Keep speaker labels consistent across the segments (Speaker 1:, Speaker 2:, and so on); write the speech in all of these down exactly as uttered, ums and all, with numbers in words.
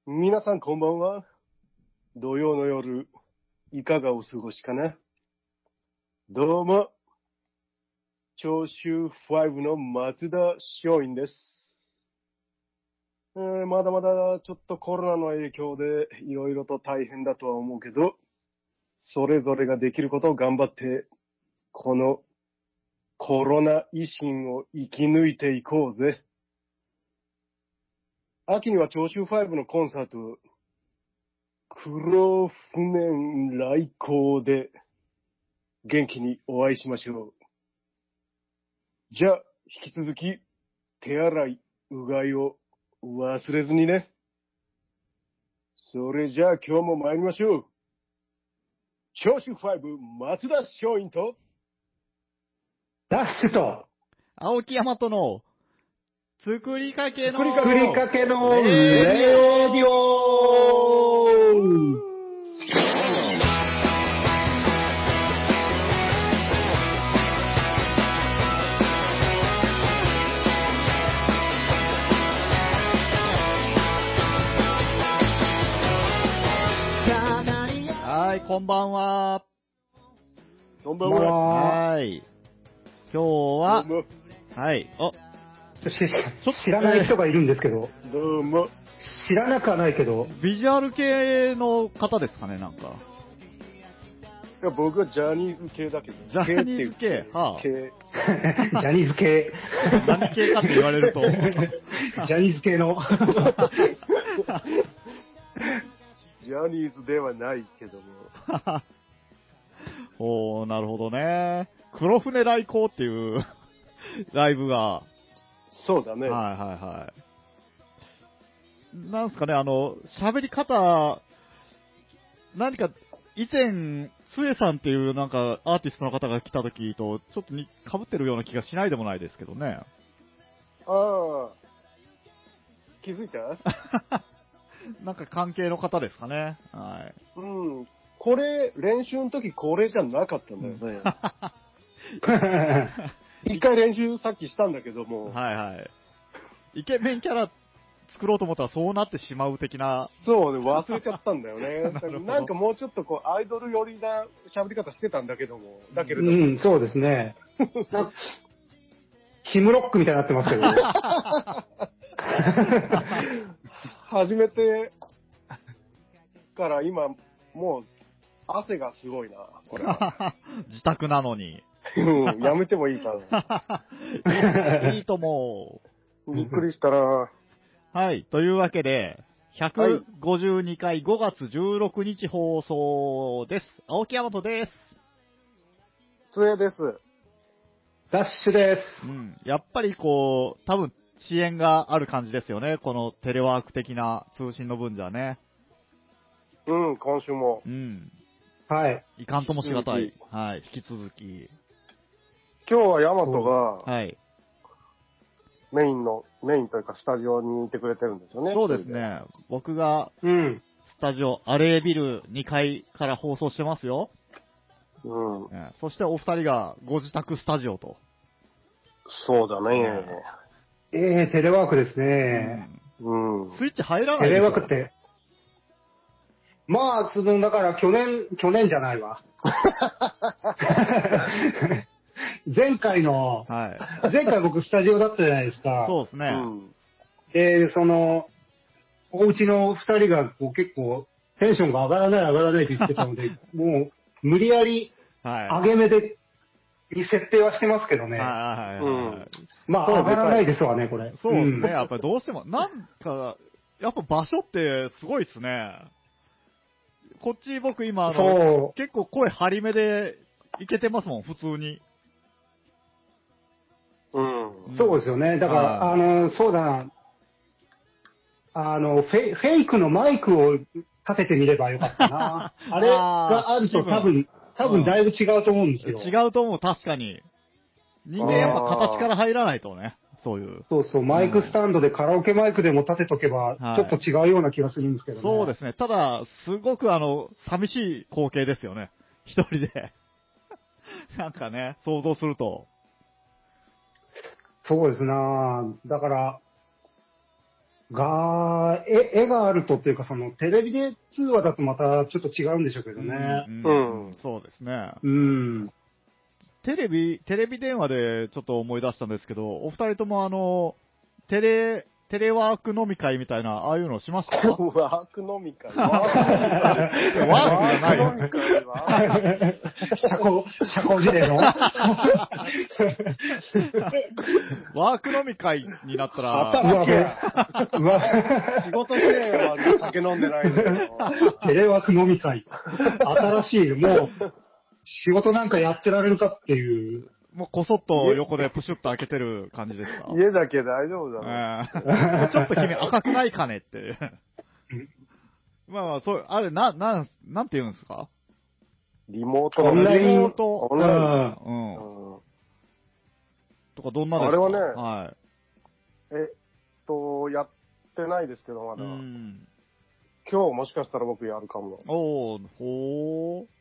Speaker 1: 皆さんこんばんは。土曜の夜、いかがお過ごしかな。どうも、長州ファイブの松田松陰です。えー、まだまだちょっとコロナの影響でいろいろと大変だとは思うけど、それぞれができることを頑張って、このコロナ維新を生き抜いていこうぜ。秋には長州ファイブのコンサート、黒船来航で元気にお会いしましょう。じゃあ、引き続き、手洗い、うがいを忘れずにね。それじゃあ今日も参りましょう。長州ファイブ松田松陰と、
Speaker 2: ダッシュと、
Speaker 3: 青木大和の作りかけの
Speaker 1: 作りか
Speaker 2: 作りかけの
Speaker 3: レデ
Speaker 2: レディ
Speaker 3: ィオ
Speaker 2: オ
Speaker 3: はい、こんばんは。
Speaker 2: こんばん
Speaker 1: こんばんは。
Speaker 2: は。
Speaker 3: はい。今日は
Speaker 1: どう、も、
Speaker 3: はい。お、
Speaker 2: し知らない人がいるんですけど、
Speaker 1: どうも。
Speaker 2: 知らなくはないけど、
Speaker 3: ビジュアル系の方ですかね、なんか。
Speaker 1: いや僕はジャニーズ系だけど、
Speaker 3: ジャニーズ系はあ
Speaker 1: 系。
Speaker 2: ジャニーズ系。
Speaker 3: 何系かって言われると。
Speaker 2: ジャニーズ系の。
Speaker 1: ジャニーズではないけども。
Speaker 3: おー、なるほどね。黒船来航っていうライブが、
Speaker 1: そうだね。
Speaker 3: はいはいはい。なんすかね、あの、喋り方、何か、以前、つえさんっていうなんかアーティストの方が来た時と、ちょっとに被ってるような気がしないでもないですけどね。
Speaker 1: ああ。気づいた
Speaker 3: なんか関係の方ですかね。はい。
Speaker 1: うん。これ、練習の時これじゃなかったんだよね。一回練習さっきしたんだけども。
Speaker 3: はいはい。イケメンキャラ作ろうと思ったらそうなってしまう的な。
Speaker 1: そうね、忘れちゃったんだよね。
Speaker 3: なるほど
Speaker 1: なんかもうちょっとこう、アイドル寄りな喋り方してたんだけども。だけれども。
Speaker 2: うん、そうですね。なキムロックみたいになってますけど。
Speaker 1: 初めてから今、もう、汗がすごいな、これは。
Speaker 3: 自宅なのに。
Speaker 1: うん、やめてもいいかな。
Speaker 3: いいとも。
Speaker 1: びっくりしたな。
Speaker 3: はい。というわけで、ひゃくごじゅうにかいごがつじゅうろくにち放送です。青木大和です。
Speaker 1: つえです。
Speaker 2: ダッシュです。
Speaker 3: うん。やっぱりこう、多分遅延がある感じですよね。このテレワーク的な通信の分じゃね。
Speaker 1: うん、今週も。
Speaker 3: うん。
Speaker 2: はい。
Speaker 3: いかんともしがたい
Speaker 1: 引き。
Speaker 3: はい。引き続き。
Speaker 1: 今日はヤマトが
Speaker 3: はい。
Speaker 1: メインの、メインというかスタジオにいてくれてるんですよね。
Speaker 3: そうですね。僕が
Speaker 2: うん。
Speaker 3: スタジオ、アレービルにかいから放送してますよ。
Speaker 1: うん。
Speaker 3: ねそしてお二人がご自宅スタジオと。
Speaker 1: そうだね。
Speaker 2: えー、テレワークですね。
Speaker 1: うん。
Speaker 3: スイッチ入らない
Speaker 2: テ
Speaker 3: でしょ
Speaker 2: レワークって。まあ、その、だから去年、去年じゃないわ。前回の、
Speaker 3: はい。
Speaker 2: 前回僕スタジオだったじゃないですか。
Speaker 3: そうですね。
Speaker 1: うん。
Speaker 2: で、その、お家の二人がこう結構テンションが上がらない上がらないと言ってたので、もう無理やり
Speaker 3: はい。
Speaker 2: 上げ目で、に設定はしてますけどね。
Speaker 3: はいはいはいはい。
Speaker 2: まあ上がらないですわね、これ。
Speaker 3: そうですね。
Speaker 2: ん
Speaker 3: やっぱりどうしても、なんか、やっぱ場所ってすごいっすね。こっち僕今あの、
Speaker 2: そう。
Speaker 3: 結構声張り目でいけてますもん、普通に。
Speaker 1: うん。
Speaker 2: そうですよね。だから、
Speaker 3: はい
Speaker 2: あの、そうだな。あの、フェイフェイクのマイクを立ててみればよかったな。あれがあると多分、多分だいぶ違うと思うんですよ。
Speaker 3: 違うと思う、確かに。人間やっぱ形から入らないとね、そういう。
Speaker 2: そうそう、マイクスタンドでカラオケマイクでも立てとけば、
Speaker 3: はい
Speaker 2: ちょっと違うような気がするんですけどね。
Speaker 3: そうですね。ただ、すごくあの、寂しい光景ですよね。一人で。なんかね、想像すると。
Speaker 2: そうですなだから、 が、絵、絵があるとっていうか、その、テレビで通話だとまたちょっと違うんでしょうけどね。
Speaker 3: う
Speaker 1: うん
Speaker 3: ん、そうですね。
Speaker 2: うん。
Speaker 3: テレビ、テレビ電話でちょっと思い出したんですけど、お二人ともあの、テレ、テレワーク飲み会みたいな、ああいうのしました
Speaker 1: ワーク飲み会。ワ
Speaker 3: ワークじゃないよ
Speaker 1: ーク飲み会は
Speaker 2: 社交、社交辞令の
Speaker 3: ワーク飲み会になったら、
Speaker 1: 働けや。
Speaker 2: うわ
Speaker 1: 仕事せえよ、酒飲んでないでよ。
Speaker 2: テレワーク飲み会。新しい、もう、仕事なんかやってられるかっていう。
Speaker 3: もうこそっと横でプシュッと開けてる感じですか
Speaker 1: 家だけ大丈夫だろ。
Speaker 3: えーちょっと君赤くないかねっていう。まあまあ、そう、あれ、な、なん、なんて言うんですか
Speaker 1: リモート
Speaker 2: オンライン
Speaker 3: リモート。
Speaker 1: オンライン。
Speaker 3: うん。
Speaker 1: うん
Speaker 3: とか、どんなですか
Speaker 1: あれはね
Speaker 3: は
Speaker 1: えっと、やってないですけど、ま
Speaker 3: い。
Speaker 1: だ。
Speaker 3: うん。
Speaker 1: 今日もしかしたら僕やるかも。
Speaker 3: おー、ほー。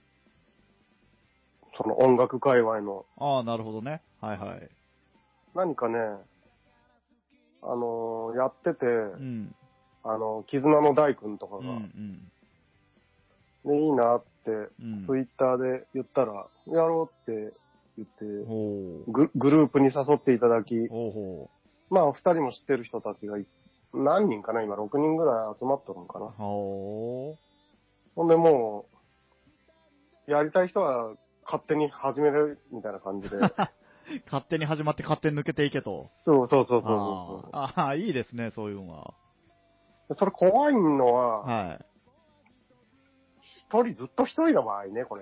Speaker 1: その音楽界隈の。
Speaker 3: ああ、なるほどね。はいはい。
Speaker 1: 何かね、あのーやってて、
Speaker 3: うん。
Speaker 1: あの、絆の大君とか
Speaker 3: うん、
Speaker 1: が、
Speaker 3: うん。
Speaker 1: ね、いいなっつって、
Speaker 3: うん。
Speaker 1: ツイッターで言ったら、やろうって言って、
Speaker 3: ほー。
Speaker 1: ググループに誘っていただき、
Speaker 3: ほうほ
Speaker 1: まあ、二人も知ってる人たちがい、何人かな今、ろくにんぐらい集まってるのかな
Speaker 3: う。ほー。
Speaker 1: ほんでもう、やりたい人は勝手に始めるみたいな感じで。
Speaker 3: 勝手に始まって勝手に抜けていけと。
Speaker 1: そうそうそうそうそう
Speaker 3: あーあー、いいですね、そういうのは。
Speaker 1: それ怖いのは、
Speaker 3: はい。
Speaker 1: 一人、ずっと一人の場合ね、これ。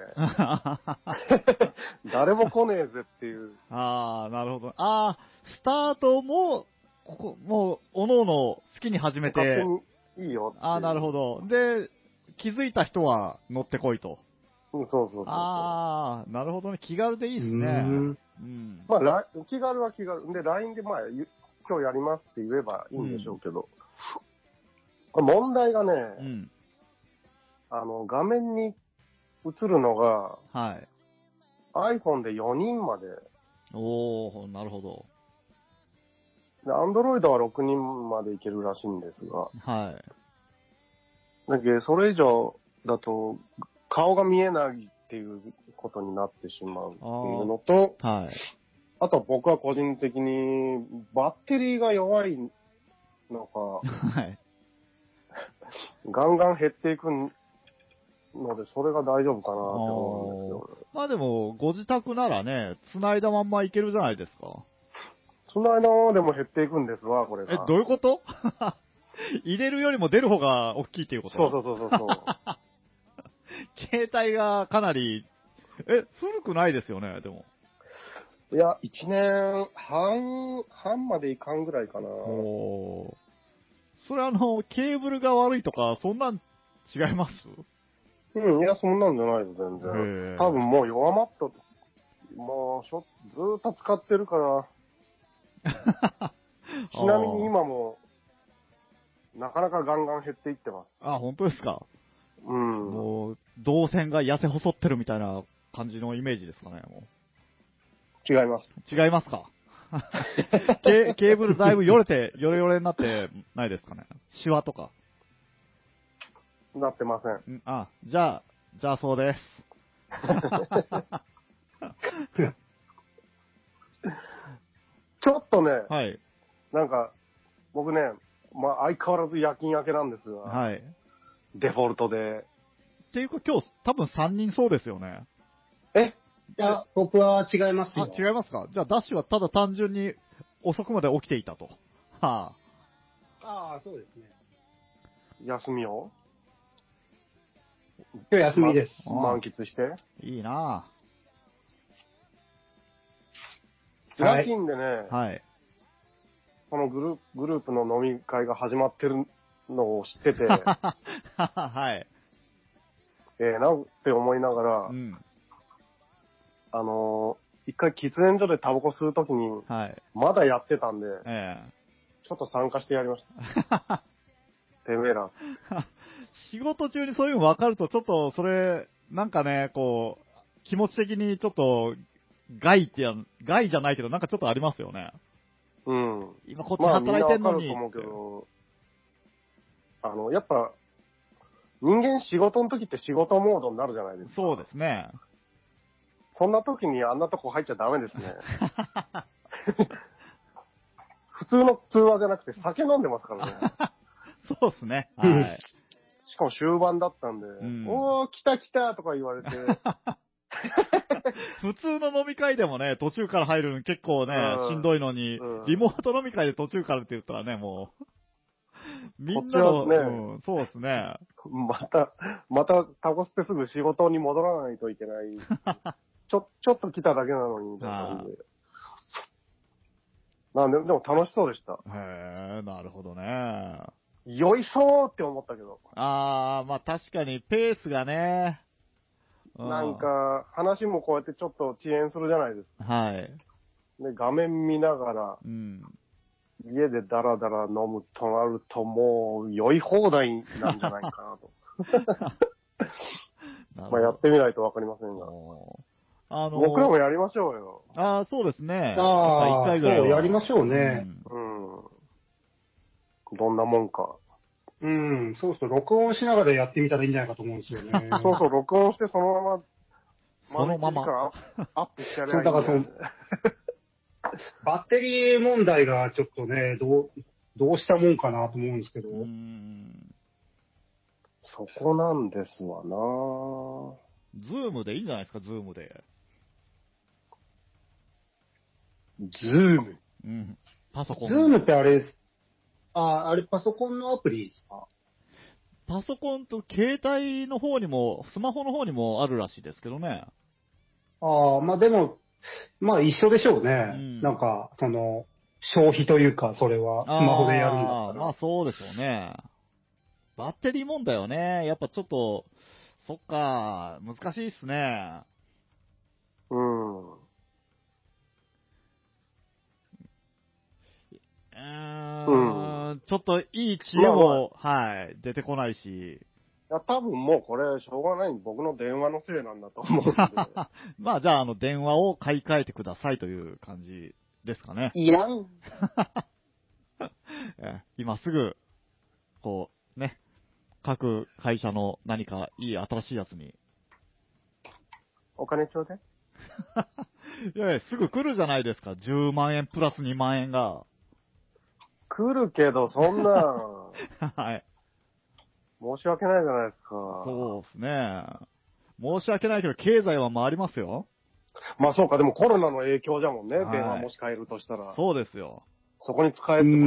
Speaker 1: 誰も来ねえぜっていう。
Speaker 3: ああ、なるほど。ああ、スタートも、ここ、もう、おのおの好きに始めて、
Speaker 1: 勝手にいいよっていう。
Speaker 3: ああ、なるほど。で、気づいた人は乗ってこいと。
Speaker 1: うん、そうそうそうそう。
Speaker 3: ああ、なるほどね。気軽でいいですね。
Speaker 2: うん
Speaker 3: うん。
Speaker 1: まあ、ラ気軽は気軽。で、ライン でまあ、ゆ今日やりますって言えばいいんでしょうけど、これ問題がね、
Speaker 3: うん。
Speaker 1: あの、画面に映るのが、
Speaker 3: はい。
Speaker 1: iPhone でよにんまで、
Speaker 3: おー、なるほど。
Speaker 1: で Android はろくにんまでいけるらしいんですが、
Speaker 3: はい。
Speaker 1: だけどそれ以上だと、顔が見えないっていうことになってしまうっていうのと、
Speaker 3: はい。
Speaker 1: あと僕は個人的にバッテリーが弱いのか、
Speaker 3: はい。
Speaker 1: ガンガン減っていくので、それが大丈夫かなって思うんですけど、
Speaker 3: まあでも、ご自宅ならね、繋いだまんまいけるじゃないですか。
Speaker 1: その間でも減っていくんですわ、これが。
Speaker 3: え、どういうこと入れるよりも出る方が大きいっていうこと。
Speaker 1: そうそうそうそうそう。
Speaker 3: 携帯がかなり、え、古くないですよね、でも。
Speaker 1: いや、いちねんはん、半までいかんぐらいかな。
Speaker 3: おー。それあの、ケーブルが悪いとか、そんなん違います
Speaker 1: うん、いや、そんなんじゃないです、全
Speaker 3: へ
Speaker 1: 然。
Speaker 3: ー
Speaker 1: 多分もう弱まった。もうしょ、ずーっと使ってるから。ちなみに今も、なかなかガンガン減っていってます。
Speaker 3: あ、本当ですか。
Speaker 1: うん。
Speaker 3: もう、動線が痩せ細ってるみたいな感じのイメージですかね、も
Speaker 1: 違います。
Speaker 3: う。違いますかケケーブルだいぶよれて、よれよれになってないですかね。シワとか。
Speaker 1: なってません。
Speaker 3: んあ、じゃあ、じゃあそうです。
Speaker 1: ちょっとね、
Speaker 3: はい。
Speaker 1: なんか、僕ね、まあ相変わらず夜勤明けなんですが、
Speaker 3: はい。
Speaker 1: デフォルトで。
Speaker 3: っていうか今日多分さんにんそうですよね。
Speaker 1: え
Speaker 2: いや、僕は違いますよ。
Speaker 3: あ、違いますか。じゃあダッシュはただ単純に遅くまで起きていたと。はあ。
Speaker 2: ああ、そうですね。
Speaker 1: 休みを
Speaker 2: 今日休みです。
Speaker 3: あ
Speaker 1: 満喫して。
Speaker 3: いいな
Speaker 2: はい
Speaker 1: 夜勤でね、
Speaker 3: ぁ。はい。
Speaker 1: このグループグループの飲み会が始まってるのを知ってて、
Speaker 3: はい。
Speaker 1: えー、なって思いながら、
Speaker 3: うん。
Speaker 1: あのー、一回喫煙所でタバコ吸うときに、
Speaker 3: はい。
Speaker 1: まだやってたんで、
Speaker 3: え
Speaker 1: ちょっと参加してやりました。
Speaker 3: え。
Speaker 1: てめえら。
Speaker 3: 仕事中にそういうの分かると、ちょっとそれ、なんかね、こう、気持ち的にちょっと、害ってや、害じゃないけど、なんかちょっとありますよね。
Speaker 1: うん。
Speaker 3: 今こっち
Speaker 1: まあみんな
Speaker 3: 働いてんのに。
Speaker 1: わかると思うけど、 あの、やっぱ、人間仕事の時って仕事モードになるじゃないですか。
Speaker 3: そうですね。
Speaker 1: そんな時にあんなとこ入っちゃダメですね。普通の通話じゃなくて酒飲んでますからね。
Speaker 3: そうですね。はい。
Speaker 1: しかも終盤だったんで、うん、おー、来た来たとか言われて。
Speaker 3: 普通の飲み会でもね、途中から入るの結構ね、うん、しんどいのに、うん、リモート飲み会で途中からって言ったらね、もう。みんなの、ね、うん、そうですね。
Speaker 1: また、またタコスってすぐ仕事に戻らないといけない。ちょ、ちょっと来ただけなのに、みたいな感じで。なんで、でも楽しそうでした。
Speaker 3: へー、なるほどね。
Speaker 1: 酔いそうって思ったけど。
Speaker 3: あー、まあ確かにペースがね。
Speaker 1: なんか、話もこうやってちょっと遅延するじゃないですか。
Speaker 3: はい。
Speaker 1: で、画面見ながら、うん、家でダラダラ飲むとなるともう酔い放題なんじゃないかなと。まあやってみないとわかりませんが。あのー、僕らもやりましょうよ。
Speaker 3: ああ、そうですね。
Speaker 2: ああ、そう、やりましょうね。
Speaker 1: うん。うん、どんなもんか。
Speaker 2: うん、そうそう、録音しながらやってみたらいいんじゃないかと思うんですよね。
Speaker 1: そうそう、録音してそのまま、
Speaker 3: そのまま。
Speaker 1: アップしちゃえばいいんだよね。そう、だからその、
Speaker 2: バッテリー問題がちょっとね、どう、どうしたもんかなと思うんですけど。うーん、
Speaker 1: そこなんですわなぁ。
Speaker 3: ズームでいいんじゃないですか、ズームで。
Speaker 1: ズーム
Speaker 3: うん。パソコン。
Speaker 2: ズームってあれです。あ、あれパソコンのアプリですか？
Speaker 3: パソコンと携帯の方にも、スマホの方にもあるらしいですけどね。
Speaker 2: ああ、まあでも、まあ一緒でしょうね。うん、なんか、その、消費というか、それは、スマホでやるんだったら。
Speaker 3: あまあそうでしょうね。バッテリー問題はね、やっぱちょっと、そっか、難しいっすね。
Speaker 1: うん。
Speaker 3: うーん、うん、ちょっといい知恵も、まあまあ、はい、出てこないし。
Speaker 1: いや、多分もうこれ、しょうがない僕の電話のせいなんだと思うんで。
Speaker 3: まあ、じゃあ、あの、電話を買い替えてくださいという感じですかね。
Speaker 1: いらん。
Speaker 3: 今すぐ、こう、ね、各会社の何かいい新しいやつに。
Speaker 1: お金ちょうだい
Speaker 3: いやいや、すぐ来るじゃないですか。じゅうまんえんプラスにまんえんが。
Speaker 1: 来るけど、そんな、
Speaker 3: はい。
Speaker 1: 申し訳ないじゃないですか。
Speaker 3: そうですね。申し訳ないけど、経済は回りますよ。
Speaker 1: まあそうか、でもコロナの影響じゃもんね、はい、電話もし変えるとしたら。
Speaker 3: そうですよ。
Speaker 1: そこに使えってことや。うん。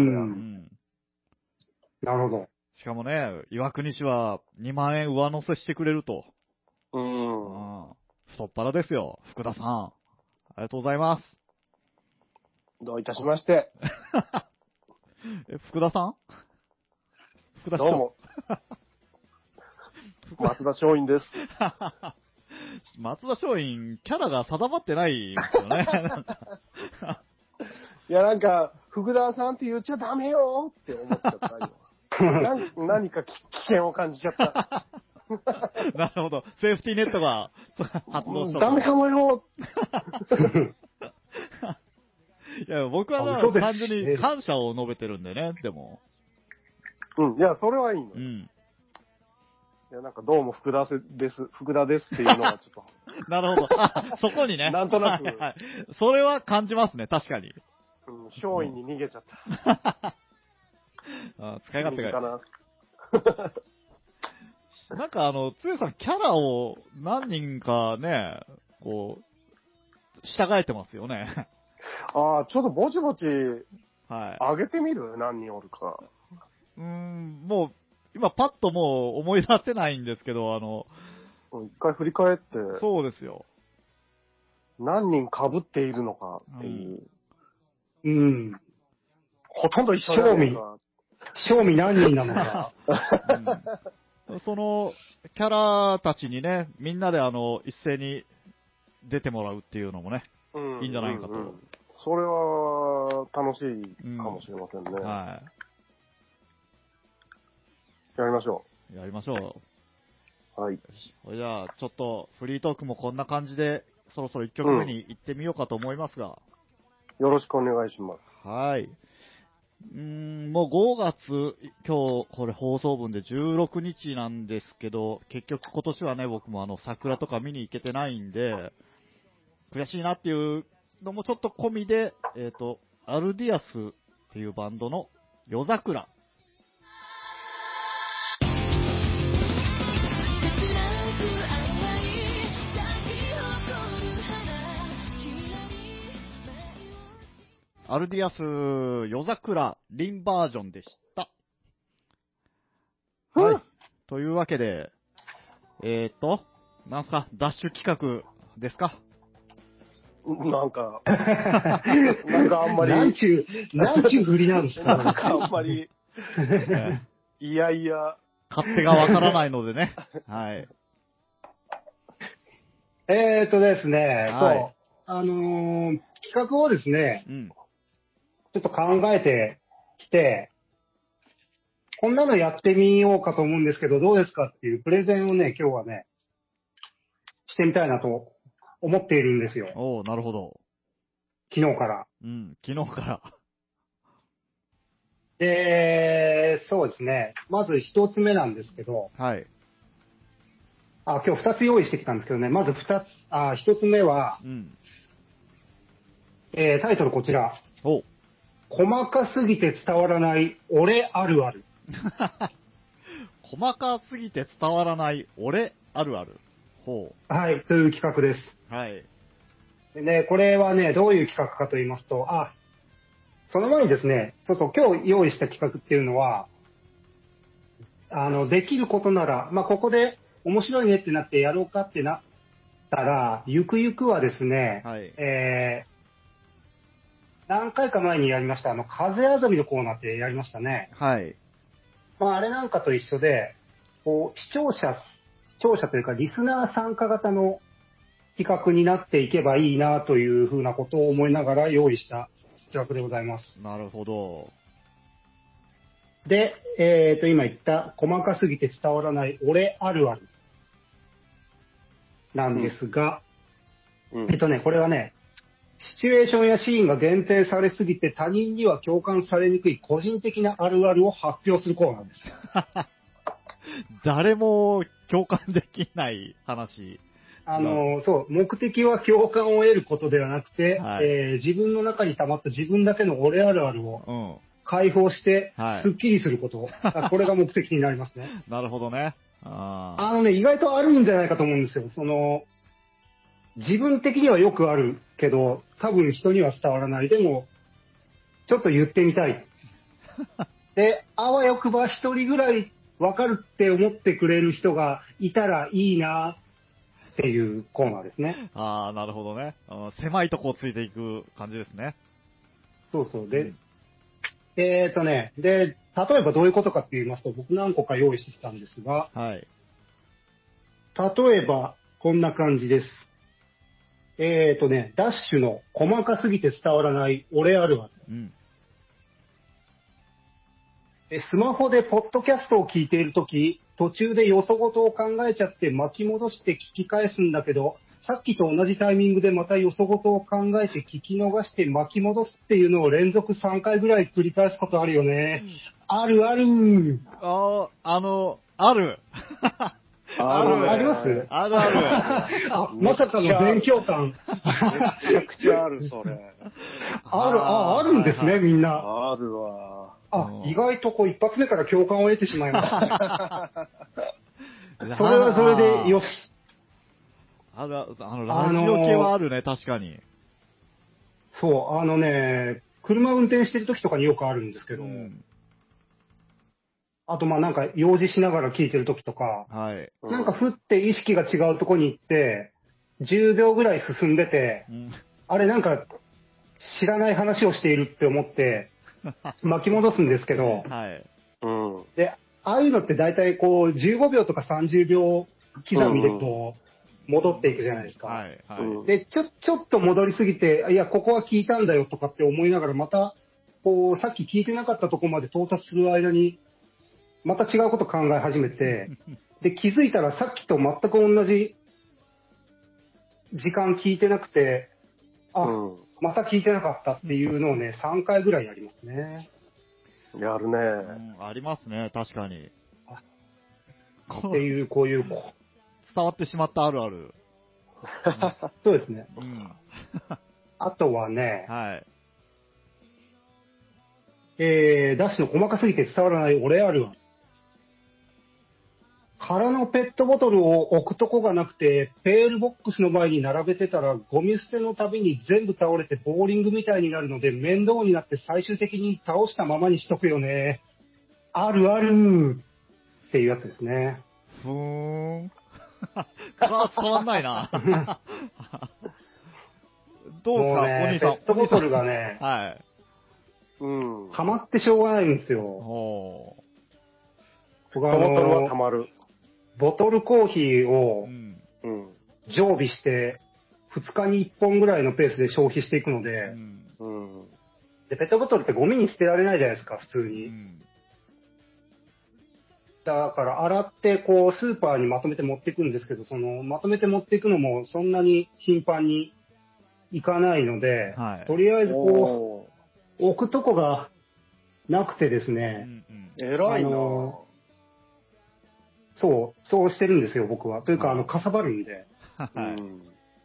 Speaker 2: なるほど。
Speaker 3: しかもね、岩国市はにまんえん上乗せしてくれると。
Speaker 1: うん。
Speaker 3: うん。太っ腹ですよ、福田さん。ありがとうございます。
Speaker 1: どういたしまして。
Speaker 3: え、福田さん福田
Speaker 1: どうも。松田松陰です。
Speaker 3: 松田松陰、キャラが定まってないんですよね。
Speaker 1: いや、なんか、福田さんって言っちゃダメよって思っちゃったよ。何, 何か危険を感じちゃった。
Speaker 3: なるほど。セーフティーネットが発動した。
Speaker 1: ダメかもよ。
Speaker 3: いや、僕はな単純に感謝を述べてるんでね、でも。
Speaker 1: うん、いや、それはいいの。
Speaker 3: うん。
Speaker 1: いや、なんかどうも福田です、福田ですっていうのはちょっと。
Speaker 3: なるほど。あ、そこにね。
Speaker 1: なんとなく、はい
Speaker 3: はい。それは感じますね、確かに。
Speaker 1: うん、松陰に逃げちゃった。
Speaker 3: あ、使い勝手がいい。かな。なんかあの、つえさんキャラを何人かね、こう、従えてますよね。
Speaker 1: ああ、ちょっとぼちぼち、
Speaker 3: はい。
Speaker 1: 上げてみる何人おるか。
Speaker 3: うーん、もう、今パッともう思い出せないんですけど、あの、
Speaker 1: 一回振り返って。
Speaker 3: そうですよ。
Speaker 2: 何
Speaker 1: 人被っているのかっていう。
Speaker 2: うん。うん、
Speaker 1: ほとんど一緒じゃないか。
Speaker 2: 賞味何人なのか。
Speaker 3: うん、その、キャラたちにね、みんなであの、一斉に出てもらうっていうのもね、うん、いいんじゃないかと。うんうん、
Speaker 1: それは、楽しいかもしれませんね。うん、
Speaker 3: はい。
Speaker 1: やりましょ
Speaker 3: う。やりましょ
Speaker 1: う。はい。
Speaker 3: じゃあ、ちょっと、フリートークもこんな感じで、そろそろいっきょくめに行ってみようかと思いますが。
Speaker 1: うん、よろしくお願いします。
Speaker 3: はい。 うーん、もうごがつ、今日これ放送分でじゅうろくにちなんですけど、結局今年はね、僕もあの桜とか見に行けてないんで、悔しいなっていうのもちょっと込みで、えっと、アルディアスっていうバンドの夜桜。アルディアス夜桜リンバージョンでした。はい。というわけで、えっと、なんすか、ダッシュ企画ですか？
Speaker 1: なんか、なんかあんまり。
Speaker 2: なんちゅう、なんちゅう振りなんですか？
Speaker 1: なんかあんまり、いやいや。
Speaker 3: 勝手がわからないのでね。はい。
Speaker 2: えーとですね、
Speaker 3: はい、
Speaker 2: そう、あのー、企画をですね、
Speaker 3: うん、
Speaker 2: ちょっと考えてきて、こんなのやってみようかと思うんですけど、どうですかっていうプレゼンをね、今日はね、してみたいなと思っているんですよ。
Speaker 3: おー、なるほど。
Speaker 2: 昨日から。
Speaker 3: うん、昨日から。
Speaker 2: で、そうですね。まず一つ目なんですけど、
Speaker 3: はい。
Speaker 2: あ、今日二つ用意してきたんですけどね、まず二つ、あ、一つ目は、
Speaker 3: うん。
Speaker 2: えー、タイトルこちら。
Speaker 3: お
Speaker 2: 細かすぎて伝わらない俺あるある。
Speaker 3: 細かすぎて伝わらない俺あるある。ほ
Speaker 2: う。はい、という企画です。
Speaker 3: はい。
Speaker 2: でね、これはね、どういう企画かと言いますと、あ、その前にですね、そうそう、今日用意した企画っていうのは、あの、できることなら、まあ、ここで面白いねってなってやろうかってなったら、ゆくゆくはですね、
Speaker 3: はい、
Speaker 2: えー、何回か前にやりました、あの、風遊びのコーナーってやりましたね。
Speaker 3: はい。
Speaker 2: まあ、あれなんかと一緒で、こう、視聴者、視聴者というか、リスナー参加型の企画になっていけばいいなというふうなことを思いながら用意した企画でございます。
Speaker 3: なるほど。
Speaker 2: で、えっと、今言った細かすぎて伝わらない俺あるあるなんですが、うん、えっとね、これはね、シチュエーションやシーンが限定されすぎて他人には共感されにくい個人的なあるあるを発表するコーナーです。
Speaker 3: 誰も共感できない話。
Speaker 2: あの、そう、目的は共感を得ることではなくて、はい、えー、自分の中に溜まった自分だけの俺あるあるを解放して、スッキリすること、はい、これが目的になりますね。
Speaker 3: なるほどね。
Speaker 2: ああのね、意外とあるんじゃないかと思うんですよ。その、自分的にはよくあるけど、多分人には伝わらない。でも、ちょっと言ってみたい。で、あわよくば一人ぐらいわかるって思ってくれる人がいたらいいなっていうコーナーですね。
Speaker 3: ああ、なるほどね。狭いとこをついていく感じですね。
Speaker 2: そうそう。で、うん、えっとね、で、例えばどういうことかって言いますと、僕何個か用意してきたんですが、
Speaker 3: はい。
Speaker 2: 例えば、こんな感じです。えっとね、ダッシュの細かすぎて伝わらない俺あるある。うん、スマホでポッドキャストを聞いているとき、途中でよそごとを考えちゃって巻き戻して聞き返すんだけど、さっきと同じタイミングでまたよそごとを考えて聞き逃して巻き戻すっていうのを連続さんかいぐらい繰り返すことあるよね。あるある。
Speaker 3: ああ、あの、ある。
Speaker 2: ある。あります？
Speaker 3: あるある。
Speaker 2: あ、まさかの全共感。
Speaker 1: めちゃくちゃある、それ。
Speaker 2: ある、あ、あるんですね、みんな。
Speaker 1: あるわ。
Speaker 2: あ、意外とこう一発目から共感を得てしまいました。それはそれでよし。
Speaker 3: ある、あの、ラジオ系はあるね、確かに。
Speaker 2: そう、あのね、車運転してる時とかによくあるんですけど、うん、あとまあなんか用事しながら聞いてる時とか、
Speaker 3: はい、
Speaker 2: なんかふって意識が違うとこに行って、じゅうびょうぐらい進んでて、うん、あれなんか知らない話をしているって思って巻き戻すんですけど、
Speaker 3: はい、
Speaker 2: うん、で、ああいうのって大体こうじゅうごびょうとかさんじゅうびょう刻みでこう戻っていくじゃないですか。
Speaker 3: はいはい、
Speaker 2: で、ちょ、ちょっと戻りすぎて、いや、ここは聞いたんだよとかって思いながら、また、こう、さっき聞いてなかったとこまで到達する間に、また違うこと考え始めて、で、気づいたらさっきと全く同じ時間聞いてなくて、あ、うん、また聞いてなかったっていうのをね、さんかいぐらいやりますね。
Speaker 1: やるね。
Speaker 3: うん、ありますね、確かに。
Speaker 2: っていう、こういう、
Speaker 3: 伝わってしまったあるある。
Speaker 2: そうですね。
Speaker 3: うん。
Speaker 2: あとはね、
Speaker 3: はい。
Speaker 2: えー、ダッシュの細かすぎて伝わらない俺あるわ。空のペットボトルを置くとこがなくて、ペールボックスの前に並べてたら、ゴミ捨てのたびに全部倒れてボーリングみたいになるので、面倒になって最終的に倒したままにしとくよね。あるあるっていうやつですね。
Speaker 3: ふーん。あ、伝わんないな。どうですか、
Speaker 2: もうね、
Speaker 3: お兄さん。
Speaker 2: ペットボトルがね、
Speaker 3: はい。
Speaker 1: うん。
Speaker 2: 溜まってしょうがないんですよ。
Speaker 3: おー。
Speaker 2: 僕
Speaker 1: ペットボトルは
Speaker 2: あの
Speaker 1: 溜まる。
Speaker 2: ボトルコーヒー
Speaker 3: う
Speaker 2: を
Speaker 3: ん。
Speaker 1: うん。
Speaker 2: 常備して、ふつかにいっぽんぐらいのペースで消費していくの
Speaker 3: う
Speaker 2: で、
Speaker 3: ん。
Speaker 1: うん。
Speaker 2: でペットボトルってゴミに捨てられないじゃないですか、普通
Speaker 3: う
Speaker 2: に。
Speaker 3: ん。
Speaker 2: だから洗ってこうスーパーにまとめて持っていくんですけど、そのまとめて持っていくのもそんなに頻繁にいかないので、
Speaker 3: はい
Speaker 2: とりあえずこ
Speaker 1: お
Speaker 2: う置くとこがなくてです
Speaker 3: う
Speaker 2: ね、
Speaker 3: ん。
Speaker 1: ー、偉いな
Speaker 2: あのそう、そうしてるんですよ、僕は。というか、
Speaker 3: あー
Speaker 2: あの、かさばるんで。
Speaker 1: う
Speaker 3: はい。
Speaker 1: ん。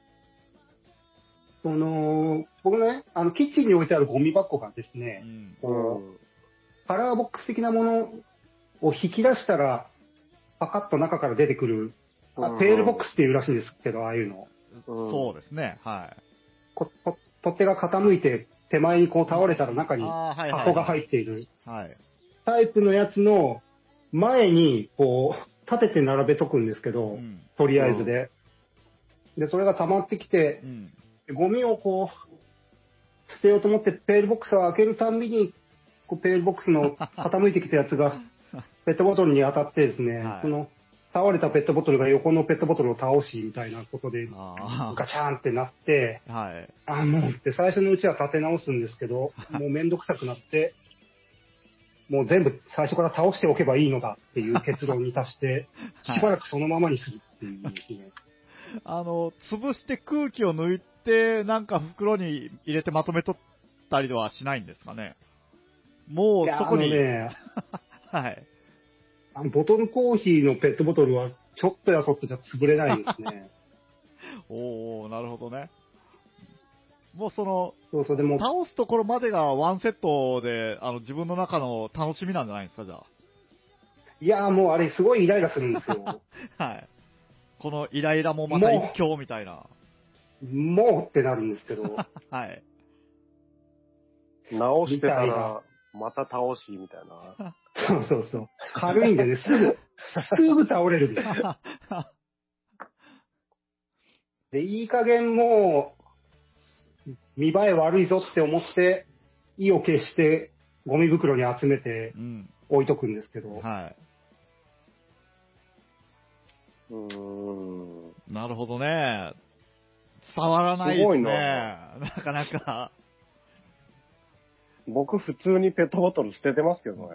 Speaker 2: その、僕ね、あの、キッチンに置いてあるゴミ箱がです
Speaker 3: う
Speaker 2: ね、
Speaker 3: ん。
Speaker 2: こう、カラーボックス的なものを引き出したら、パカッと中から出てくる、あ
Speaker 1: うん
Speaker 2: ペールボックスっていうらしいんですけど、ああいうの。
Speaker 3: そうですね、はい。
Speaker 2: ここ取っ手が傾いて、手前にこう倒れたら中に
Speaker 3: あーはいはいはい
Speaker 2: 箱が入っている
Speaker 3: はい。
Speaker 2: タイプのやつの前に、こう、立てて並べとくんですけ
Speaker 3: う
Speaker 2: ど、
Speaker 3: ん。
Speaker 2: とりあえずで。で、それが溜まってきて
Speaker 3: う、ん。
Speaker 2: ゴミをこう、捨てようと思ってペールボックスを開けるたんびに、こうペールボックスの傾いてきたやつが、ペットボトルに当たってですね、
Speaker 3: はい
Speaker 2: その、倒れたペットボトルが横のペットボトルを倒し、みたいなことで、
Speaker 3: あ
Speaker 2: ガチャーンってなって、
Speaker 3: あ。はい。
Speaker 2: あ、もうって最初のうちは立て直すんですけど、もうめんどくさくなって、もう全部最初から倒しておけばいいのだっていう結論に達して、
Speaker 3: はい
Speaker 2: しばらくそのままにするっていうですね。
Speaker 3: あの、潰して空気を抜いて、なんか袋に入れてまとめとったりはしないんですかね。も
Speaker 2: いうや
Speaker 3: そこに。
Speaker 2: あのね、
Speaker 3: はい。
Speaker 2: あのボトルコーヒーのペットボトルはちょっとやそっとじゃ潰れないですね。
Speaker 3: おー、なるほどね。もうその、
Speaker 2: そうそう、でも、
Speaker 3: 倒すところまでがワンセットで、あの、自分の中の楽しみなんじゃないですか、じゃ
Speaker 2: いやもうあれすごいイライラするんですよ。
Speaker 3: あ。はい。このイライラもまた一興みたいな。
Speaker 2: もうってなるんですけど、
Speaker 3: はい。
Speaker 1: 直してた
Speaker 2: みたい
Speaker 1: ら、また倒し、みたいな。
Speaker 2: そうそうそう。軽いんでね、すぐ、すぐ倒れるんですよ。で、いい加減もう、見栄え悪いぞって思って、意を決してゴミ袋に集めて
Speaker 3: うん。
Speaker 2: 置いとくんですけど、
Speaker 3: は
Speaker 1: うーん。
Speaker 3: い。なるほどね。伝わらないですね。
Speaker 1: すごい
Speaker 3: な
Speaker 1: な
Speaker 3: かなか。
Speaker 1: 僕普通にペットボトル捨ててますけどね。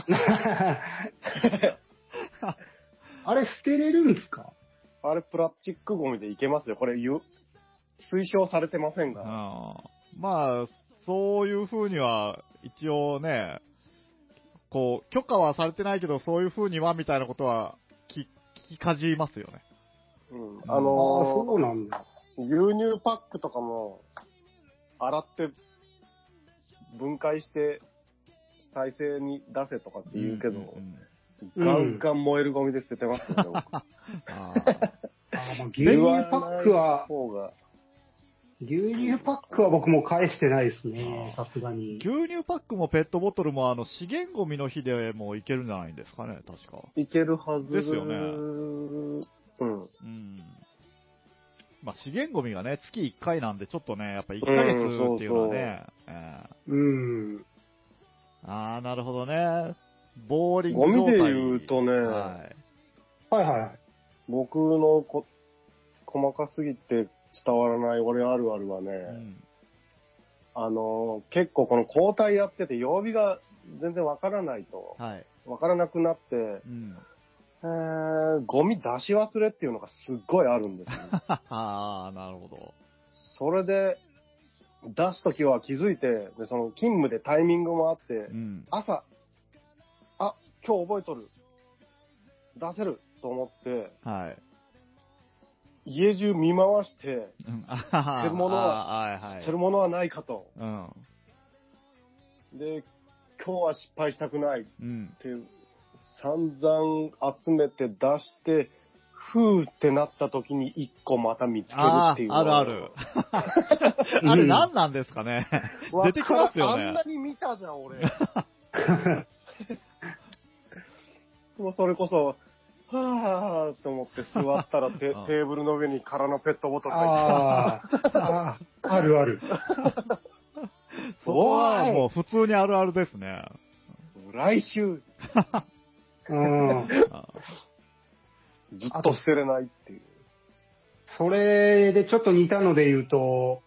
Speaker 2: あれ捨てれるんですか？
Speaker 1: あれプラスチックゴミでいけますよ。これ言う、推奨されてませんが。
Speaker 3: うん、まあ、そういう風には、一応ね、こう、許可はされてないけど、そういう風には、みたいなことは聞、聞きかじりますよね。
Speaker 1: うん。
Speaker 3: あ
Speaker 1: あ
Speaker 2: ああ、そ
Speaker 1: の
Speaker 2: うなんだ。
Speaker 1: ー、牛乳パックとかも、洗って、分解して、再生に出せとかって言うけど、
Speaker 3: うんうん
Speaker 1: ガンガン燃えるゴミで捨ててますよね、僕。
Speaker 3: あ
Speaker 2: あーまあ、牛乳パックは、
Speaker 1: 方が
Speaker 2: 牛乳パックは僕も返してないですね、さすがに。
Speaker 3: ー牛乳パックもペットボトルも、あの、資源ゴミの日でもいけるんじゃないんですかね、確か。
Speaker 1: いけるはず
Speaker 3: ですよね
Speaker 1: うん。
Speaker 3: うん。まあ、資源ゴミがね、月いっかいなんで、ちょっとね、やっぱいっかげつっていうのはね、え
Speaker 2: うん。
Speaker 3: ーあー、なるほどね。ボーリング
Speaker 1: ゴミで
Speaker 3: 状態。
Speaker 1: 言うとね、
Speaker 3: はい。
Speaker 2: はいはい。
Speaker 1: 僕のこ細かすぎて伝わらない俺あるあるはね、
Speaker 3: うん。
Speaker 1: あの、結構この交代やってて曜日が全然わからないと、
Speaker 3: はい。
Speaker 1: わからなくなって、
Speaker 3: うん。
Speaker 1: えー、ゴミ出し忘れっていうのがすっごいあるんですよ。
Speaker 3: あー、なるほど。
Speaker 1: それで、出すときは気づいて、で、その勤務でタイミングもあって、
Speaker 3: うん。
Speaker 1: 朝、 あ、今日覚えとる。出せると思って、
Speaker 3: はい。
Speaker 1: 家中見回して、
Speaker 3: うん、
Speaker 1: 捨てるものは、
Speaker 3: はいはい、
Speaker 1: 捨てるものはないかと。
Speaker 3: うん。
Speaker 1: で、今日は失敗したくないって、うん、散々集めて出して、ふーってなった時に一個また見つけるっていう。
Speaker 3: ああ、あるある。あれ何なんですかね。出てきますよね。
Speaker 1: あんなに見たじゃん、俺。もうそれこそ、はぁーと思って座ったらテテーブルの上に空のペットボトルが
Speaker 2: ああ、あるある。
Speaker 3: そこはもう普通にあるあるですね。
Speaker 1: 来週。うん、ずっと捨てれないっていう。
Speaker 2: それでちょっと似たので言うと、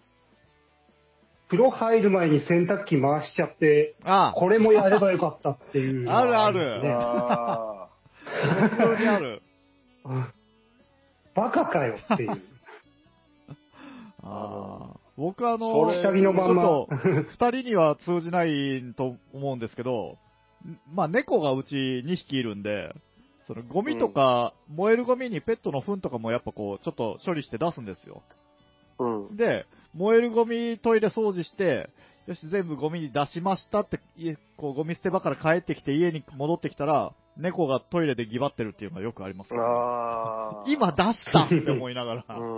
Speaker 2: 風呂入る前に洗濯機回しちゃって、ああこれもやればよかったっていう、ね。
Speaker 3: あるある。ああ。普通にある。
Speaker 2: バカかよっていう。
Speaker 3: ああ。僕あの、
Speaker 2: 下着のまんま。
Speaker 3: 二人には通じないと思うんですけど、まあ猫がうちにひきいるんで、そのゴミとか、うん、燃えるゴミにペットの糞とかもやっぱこう、ちょっと処理して出すんですよ。うん。で、燃えるゴミトイレ掃除して、よし、全部ゴミに出しましたって、こうゴミ捨て場から帰ってきて家に戻ってきたら、猫がトイレでぎばってるっていうのがよくありますね。あ今出したって思いながら。うん、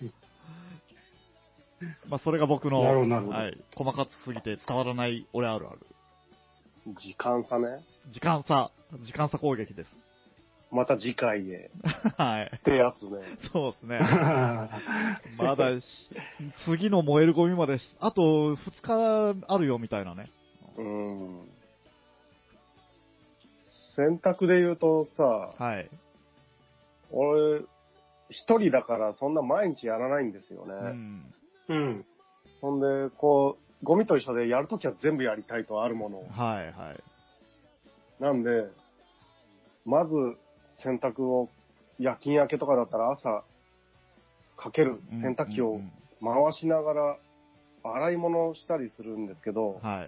Speaker 3: まあそれが僕の、はい、細かすぎて伝わらない俺あるある。
Speaker 1: 時間差ね。
Speaker 3: 時間差。時間差攻撃です。
Speaker 1: また次回へ。
Speaker 3: はい。
Speaker 1: ってやつね。
Speaker 3: そうですね。まだし、次の燃えるゴミまで、あとふつかあるよみたいなね。うん。
Speaker 1: 洗濯で言うとさ、はい。俺、一人だからそんな毎日やらないんですよね。うん。うん。ほんで、こう、ゴミと一緒でやるときは全部やりたいとあるものを。はいはい。なんで、まず洗濯を夜勤明けとかだったら朝かける洗濯機を回しながら洗い物をしたりするんですけど、はい、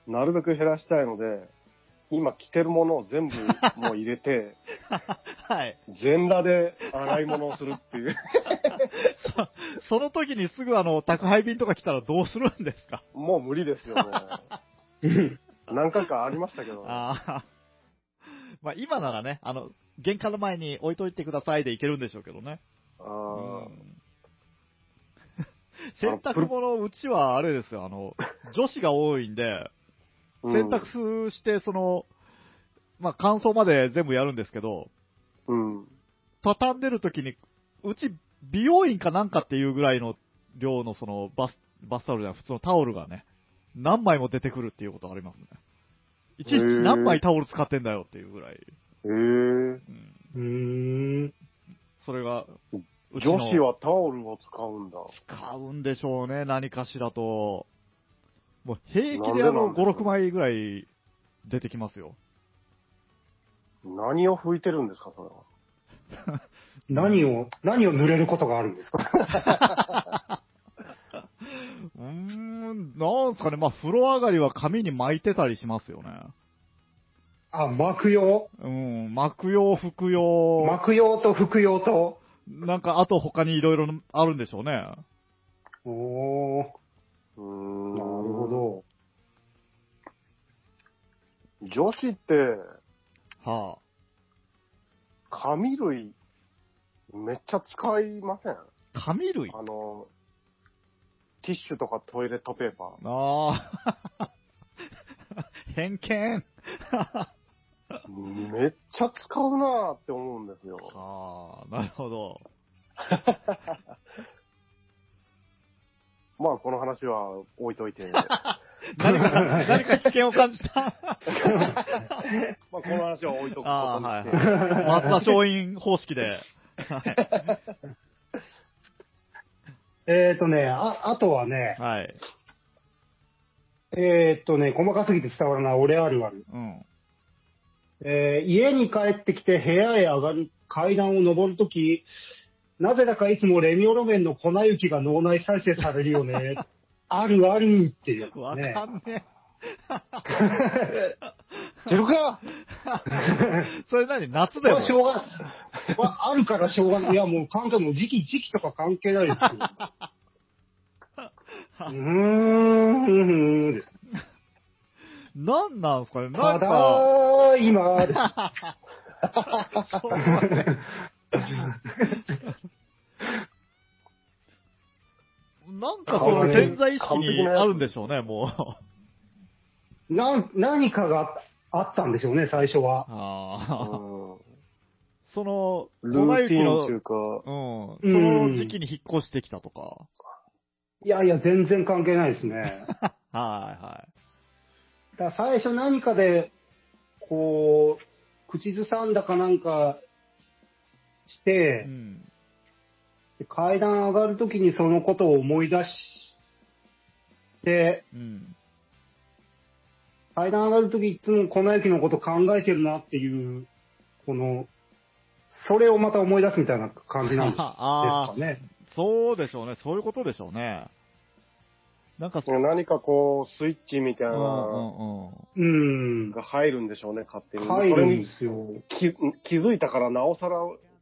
Speaker 1: なるべく減らしたいので、今着てるものを全部もう入れて、はい、全裸で洗い物をするっていう
Speaker 3: そ。その時にすぐあの宅配便とか来たらどうするんですか？
Speaker 1: もう無理ですよね。何回かありましたけど、ね。あ
Speaker 3: まあ今ならね、あの、玄関の前に置いといてくださいでいけるんでしょうけどね。あうん、洗濯物、うちはあれですよ、あの、女子が多いんで、洗濯して、その、まあ乾燥まで全部やるんですけど、うん、畳んでる時に、うち美容院かなんかっていうぐらいの量のそのバス、バスタオルじゃない、普通のタオルがね、何枚も出てくるっていうことありますね。いちいち何枚タオル使ってんだよっていうぐらい。へぇー。うん。それが、
Speaker 1: 女子はタオルを使うんだ。
Speaker 3: 使うんでしょうね、何かしらと。もう平気であのご、ろくまいぐらい出てきますよ。
Speaker 1: 何を拭いてるんですか、それ
Speaker 2: は。何を、何を濡れることがあるんですか
Speaker 3: うーん、なんすかね、まあ、風呂上がりは髪に巻いてたりしますよね。
Speaker 2: あ、巻く用
Speaker 3: うん、巻く用、拭く用。
Speaker 2: 巻く用と拭く用と。
Speaker 3: なんか、あと他にいろいろあるんでしょうね。
Speaker 2: おー。うーん、なるほ
Speaker 1: ど。女子って、はあ。紙類、めっちゃ使いません？
Speaker 3: 紙類？
Speaker 1: あの、ティッシュとかトイレットペーパー。
Speaker 3: ああ。偏見。
Speaker 1: めっちゃ使うなーって思うんですよ。
Speaker 3: ああ、なるほど。
Speaker 1: まあ、この話は置いといて。
Speaker 3: 何か、何か危険を感じた。まあ、
Speaker 1: この話は置いとくことにして。
Speaker 3: はいはい、松田松陰方式で。
Speaker 2: えっとね、あ、あとはね、はい。えっとね、細かすぎて伝わらない俺あるある。うん。えー、家に帰ってきて部屋へ上がる階段を登るとき、なぜだかいつもレミオロメンの粉雪が脳内再生されるよね。あるあるっていうやつですね。
Speaker 3: わかんねえ。
Speaker 1: 知るか
Speaker 3: それ何夏でも
Speaker 2: まあ、しょうが、まあ、あるからしょうがない。いや、もう関係も時期、時期とか関係ないですよ。うーん、です。
Speaker 3: なんなんすかねな
Speaker 2: た
Speaker 3: んか、
Speaker 2: だいまです。
Speaker 3: なんかその潜在意識にあるんでしょうね、もう。
Speaker 2: な、何かがあったんでしょうね、最初は。
Speaker 3: ああ。
Speaker 1: うん
Speaker 3: その、
Speaker 1: ル
Speaker 3: 粉
Speaker 1: ーティン
Speaker 3: 雪の、
Speaker 1: というか、
Speaker 3: うん、その時期に引っ越してきたとか。
Speaker 2: いやいや、全然関係ないですね。
Speaker 3: はいは
Speaker 2: だから最初何かで、こう、口ずさんだかなんかし
Speaker 3: い。
Speaker 2: て
Speaker 3: う、ん。
Speaker 2: で階段上がるときにそのことを思い出して、
Speaker 3: うん。
Speaker 2: 階段上がるときいつも粉雪のこと考えてるなっていう、この、それをまた思い出すみたいな感じなんです
Speaker 3: あ
Speaker 2: かね。
Speaker 3: そうでしょうね。そういうことでしょうね。なんか、
Speaker 1: 何かこう、スイッチみたいな
Speaker 3: うんうんうん。
Speaker 2: うん。
Speaker 1: が入るんでしょうね、勝手に。
Speaker 2: 入るんで
Speaker 1: それに
Speaker 2: すよ。
Speaker 1: 気気づいたから、なおさら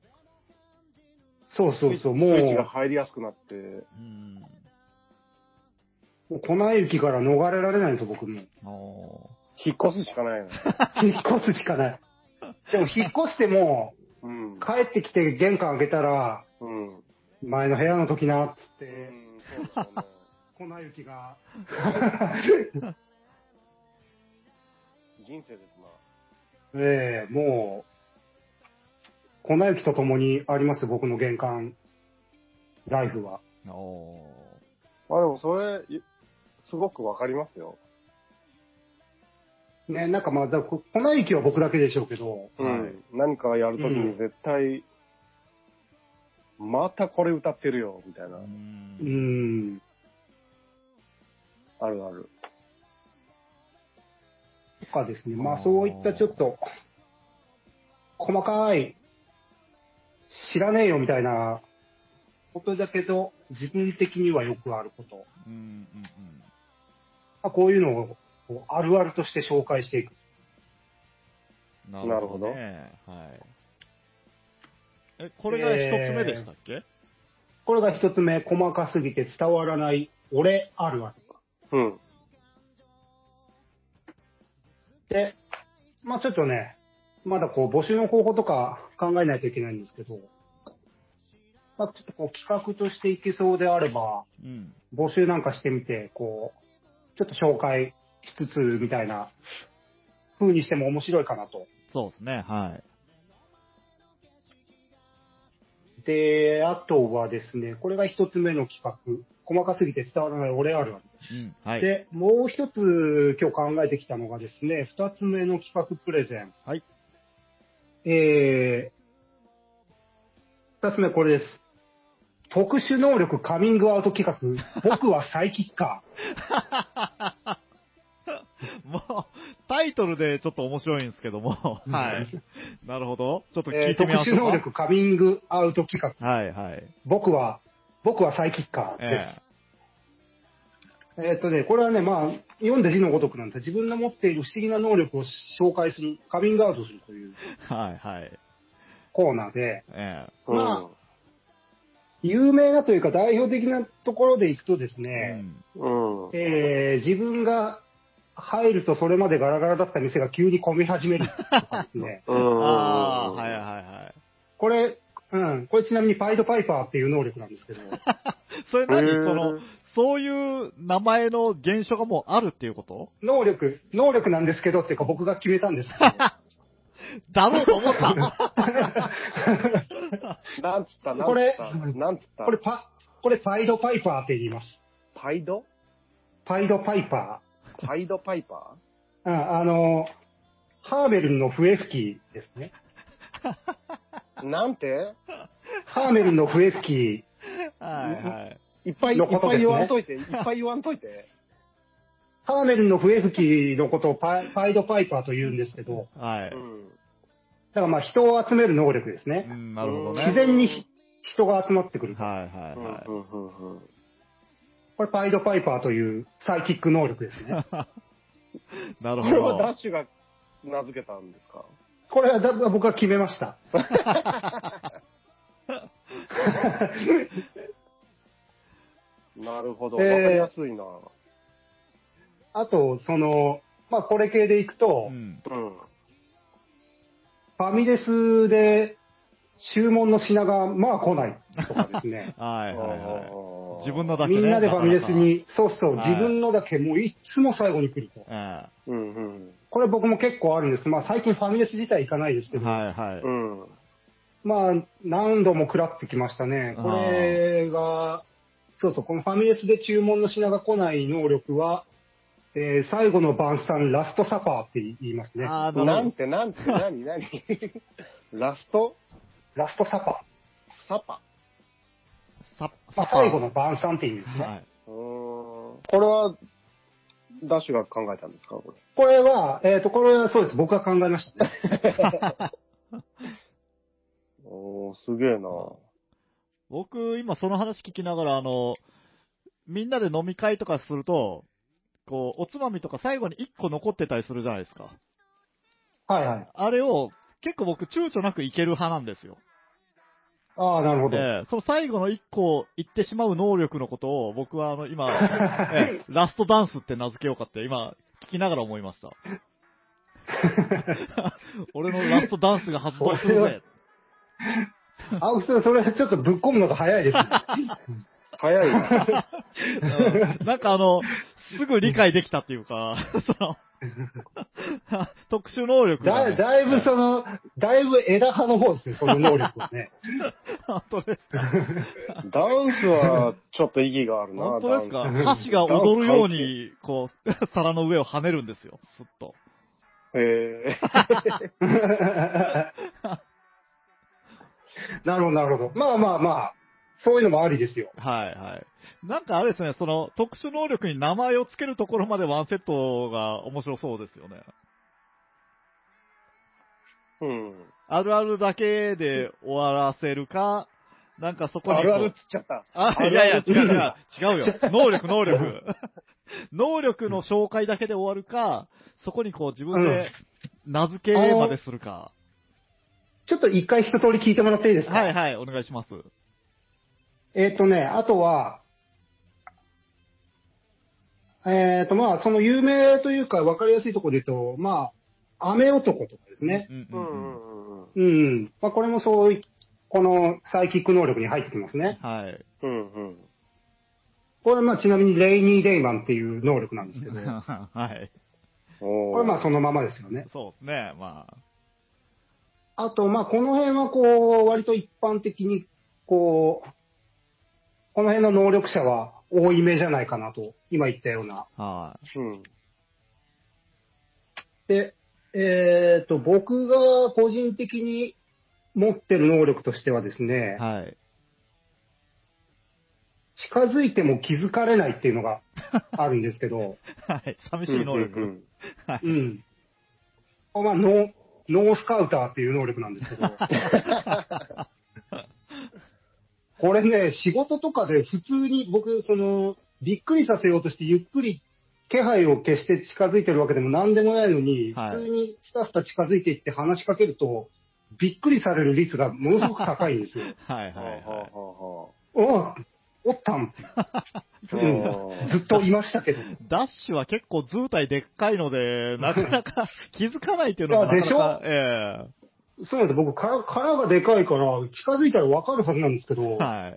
Speaker 2: そうそうそう。も
Speaker 1: スイッチが
Speaker 2: う、
Speaker 1: 入りやすくなって、
Speaker 3: うん。
Speaker 2: もう粉雪から逃れられないんですよ、僕も。
Speaker 3: お
Speaker 1: 引っ越すしかないの。
Speaker 2: 引っ越すしかない。でも引っ越しても、
Speaker 1: うん。
Speaker 2: 帰ってきて玄関開けたら、
Speaker 1: うん。うん、
Speaker 2: 前の部屋の時な、っつって、
Speaker 1: そうでしょうね。
Speaker 2: 粉雪が。
Speaker 1: 人生ですな。
Speaker 2: ええもう、粉雪と共にありますよ、僕の玄関ライフは。
Speaker 3: ーお
Speaker 1: まあでもそれ、いすごくわかりますよ。
Speaker 2: ね、なんかまあ、だ粉雪は僕だけでしょうけど、
Speaker 1: うん。
Speaker 3: はい
Speaker 1: 何かやるときに絶対、またこれ歌ってるよ、みたいな
Speaker 3: ー。う。。
Speaker 2: うんん。
Speaker 1: あるある。
Speaker 2: とかですね、ま
Speaker 3: あー
Speaker 2: あそういったちょっと、細かい、知らねえよみたいなことだけど、自分的にはよくあること。
Speaker 3: うんうん
Speaker 2: まあ、こういうのをこうあるあるとして紹介していく。
Speaker 3: うん。なるほどね。はい。え、これが一つ目でしたっけ、
Speaker 2: これが一つ目、細かすぎて伝わらない、俺あるある。
Speaker 1: うん。
Speaker 2: で、まあちょっとね、まだこう募集の方法とか考えないといけないんですけど、まあちょっとこう企画としていけそうであれば、
Speaker 3: うん。
Speaker 2: 募集なんかしてみて、こう、ちょっと紹介しつつみたいな風にしても面白いかなと。
Speaker 3: そうですね。はい。
Speaker 2: で、あとはですね、これが一つ目の企画。細かすぎて伝わらない俺あるある。
Speaker 3: うん。はい。
Speaker 2: で、もう一つ今日考えてきたのがですね、二つ目の企画プレゼン。
Speaker 3: はい。
Speaker 2: えー、二つ目これです。特殊能力カミングアウト企画。僕はサイキッカ
Speaker 3: もう、タイトルでちょっと面白いんですけども、
Speaker 2: ー。
Speaker 3: はい。なるほど。ちょっと
Speaker 2: え
Speaker 3: 聞いて
Speaker 2: ー特
Speaker 3: みましょうか。
Speaker 2: 殊能力カミングアウト企画。
Speaker 3: はいはい。
Speaker 2: 僕は、僕はサイキッカーです。
Speaker 3: え
Speaker 2: えーっとね、これはね、まあ、読んで字のごとくなんです自分の持っている不思議な能力を紹介する、カミングアウトするという
Speaker 3: えはいはい。
Speaker 2: コーナーで、
Speaker 3: え
Speaker 1: うん。
Speaker 2: ま有名なというか代表的なところでいくとです
Speaker 3: え
Speaker 2: ね、
Speaker 1: うん。
Speaker 2: えー自分が入るとそれまでガラガラだった店が急に混み始めるとかですね。
Speaker 1: う
Speaker 3: うん。
Speaker 1: ん。
Speaker 3: ああ、はいはいはい。
Speaker 2: これ、うん、これちなみにパイドパイパーっていう能力なんですけど、
Speaker 3: それ何
Speaker 1: へー
Speaker 3: その、そういう名前の現象がもうあるっていうこと
Speaker 2: 能力、能力なんですけどっていうか僕が決めたんですけど、
Speaker 3: だろうと思った。
Speaker 1: なんつった、なん
Speaker 2: これ
Speaker 1: つった、なんつった
Speaker 2: これパ、これパイドパイパーって言います。
Speaker 1: パイド
Speaker 2: パイドパイパ
Speaker 1: パイドパイパ
Speaker 2: ー。ああの、ハーメルンの笛吹きですね。
Speaker 1: ーなんて
Speaker 2: ハーメルンの笛吹き、
Speaker 3: はいはい。
Speaker 1: いっぱい、いっ
Speaker 2: のこと
Speaker 1: ぱい
Speaker 2: ですね
Speaker 1: 言わんといて、いっぱい言わんといて。
Speaker 2: ハーメルンの笛吹きのことをパイパイドパイパーと言うんですけど、
Speaker 3: はい。
Speaker 1: うん。
Speaker 2: だからまあ人を集める能力ですね。
Speaker 3: うん、なるほどね。
Speaker 2: 自然にひ人が集まってくる。
Speaker 3: はいはい
Speaker 1: うん
Speaker 3: は
Speaker 1: うんうんうん
Speaker 2: これパイドパイパーというサイキック能力ですね。
Speaker 3: い。なるほ
Speaker 1: これはダッ
Speaker 3: ど。
Speaker 1: シュが名付けたんですか？
Speaker 2: これはだ僕は決めました。
Speaker 1: なるほど。わ
Speaker 2: えー
Speaker 1: かりやすいな。
Speaker 2: あと、その、まあ、これ系でいくと、
Speaker 3: うん。
Speaker 1: うん。
Speaker 2: ファミレスで注文の品がまあ来ないとかですね。
Speaker 3: はいはいは
Speaker 1: あー
Speaker 3: い。自分のだけね。
Speaker 2: みんなでファミレス
Speaker 3: なかな
Speaker 2: に、そうそう、
Speaker 3: はい
Speaker 2: 自分のだけもういつも最後に来ると。
Speaker 3: か。え
Speaker 1: うんうん。
Speaker 2: これ僕も結構あるんです。まあ最近ファミレス自体行かないです
Speaker 3: え
Speaker 2: けど、
Speaker 3: はいはい。
Speaker 1: うん。
Speaker 2: まあ何度も食らってきましたね。これが、そうそう、このファミレスで注文の品が来ない能力は、えー最後の晩餐、ラストサパーって言いますね。
Speaker 3: ああ、なるほ
Speaker 1: なんてなんて何何ラスト
Speaker 2: ラストサパ
Speaker 1: サパ。
Speaker 3: ど。さ
Speaker 2: ー。まあ、最後の晩餐って意味ですね。
Speaker 3: はい。
Speaker 1: うーん。これは、ダッシュが考えたんですかこれ。
Speaker 2: これは、えっ、と、これはそうです。僕が考えましたね。
Speaker 1: おー、すげえな。
Speaker 3: 僕、今その話聞きながら、あの、みんなで飲み会とかすると、こう、おつまみとか最後にいっこ残ってたりするじゃないですか。
Speaker 2: はいはい。
Speaker 3: あれを、結構僕、躊躇なくいける派なんですよ。
Speaker 2: ああ、なるほど。
Speaker 3: ええその最後のいっこ言ってしまう能力のことを、僕はあの、今、ええラストダンスって名付けようかって、今、聞きながら思いました。俺のラストダンスが発動するぜ。
Speaker 2: 青木さん、それちょっとぶっ込むのが早いですね。
Speaker 1: 早いな。
Speaker 3: うんなんかあの、すぐ理解できたっていうか、その、特殊能力が、
Speaker 2: だ
Speaker 3: ね。
Speaker 2: だいぶその、だいぶ枝葉の方ですね、その能力はね。
Speaker 3: 本当ですか。
Speaker 1: ダンスはちょっと意義があるな。
Speaker 3: 本当ですか。
Speaker 1: ダンス
Speaker 3: 箸が踊るように、こう、皿の上を跳ねるんですよ、すっと。
Speaker 1: へ
Speaker 2: なるほど、なるほど。まあまあまあ、そういうのもありですよ。
Speaker 3: はいはい。なんかあれですね、その特殊能力に名前を付けるところまでワンセットが面白そうですよね。
Speaker 1: ー。うん。
Speaker 3: あるあるだけで終わらせるか、なんかそこにこう。
Speaker 1: あるあるっつっちゃった。
Speaker 3: あ、いやいや、違う違う、違うよ。能力、能力。能力の紹介だけで終わるか、そこにこう自分で名付けまでするか。
Speaker 2: ちょっと一回一通り聞いてもらっていいですか？
Speaker 3: はいはい、お願いします。
Speaker 2: えっ、とね、あとは、えっ、とまあ、その有名というか分かりやすいところで言うと、まあ、雨男とかですね。
Speaker 3: うんうんうん。
Speaker 1: うんうんうん。
Speaker 2: うん。まあ、これもそうい、このサイキック能力に入ってきますね。
Speaker 3: はい。
Speaker 1: うんうん。
Speaker 2: これまあ、ちなみにレイニー・デイマンっていう能力なんですけど、こ
Speaker 3: はい。
Speaker 1: おー
Speaker 2: れまあそのままですよね。
Speaker 3: そうですね、まあ。
Speaker 2: あと、まあ、この辺はこう、割と一般的に、こう、この辺の能力者は多い目じゃないかなと、今言ったような。
Speaker 3: は
Speaker 1: うん。
Speaker 2: で、えっ、と、僕が個人的に持ってる能力としてはです
Speaker 3: い。
Speaker 2: ね、
Speaker 3: はい。
Speaker 2: 近づいても気づかれないっていうのがあるんですけど、
Speaker 3: はい。寂しい能力。
Speaker 1: うんうん
Speaker 3: はい。
Speaker 2: うん。まあ、ノー、ノースカウターっていう能力なんですけど、これね、仕事とかで普通に僕、その、びっくりさせようとしてゆっくり気配を消して近づいてるわけでも何でもないのに、
Speaker 3: はい
Speaker 2: 普通にスタッフと近づいていって話しかけると、びっくりされる率がものすごく高いんですよ。
Speaker 3: はいはいは
Speaker 1: はあはあは
Speaker 2: おおったんず
Speaker 1: うん
Speaker 2: ずっといましたけど。
Speaker 3: い。ダッシュは結構図体でっかいので、なかなか気づかないっていうのがなかなか、え
Speaker 2: そうなんです。僕、殻殻がでかいから、近づいたらわかるはずなんですけど、
Speaker 3: えはい。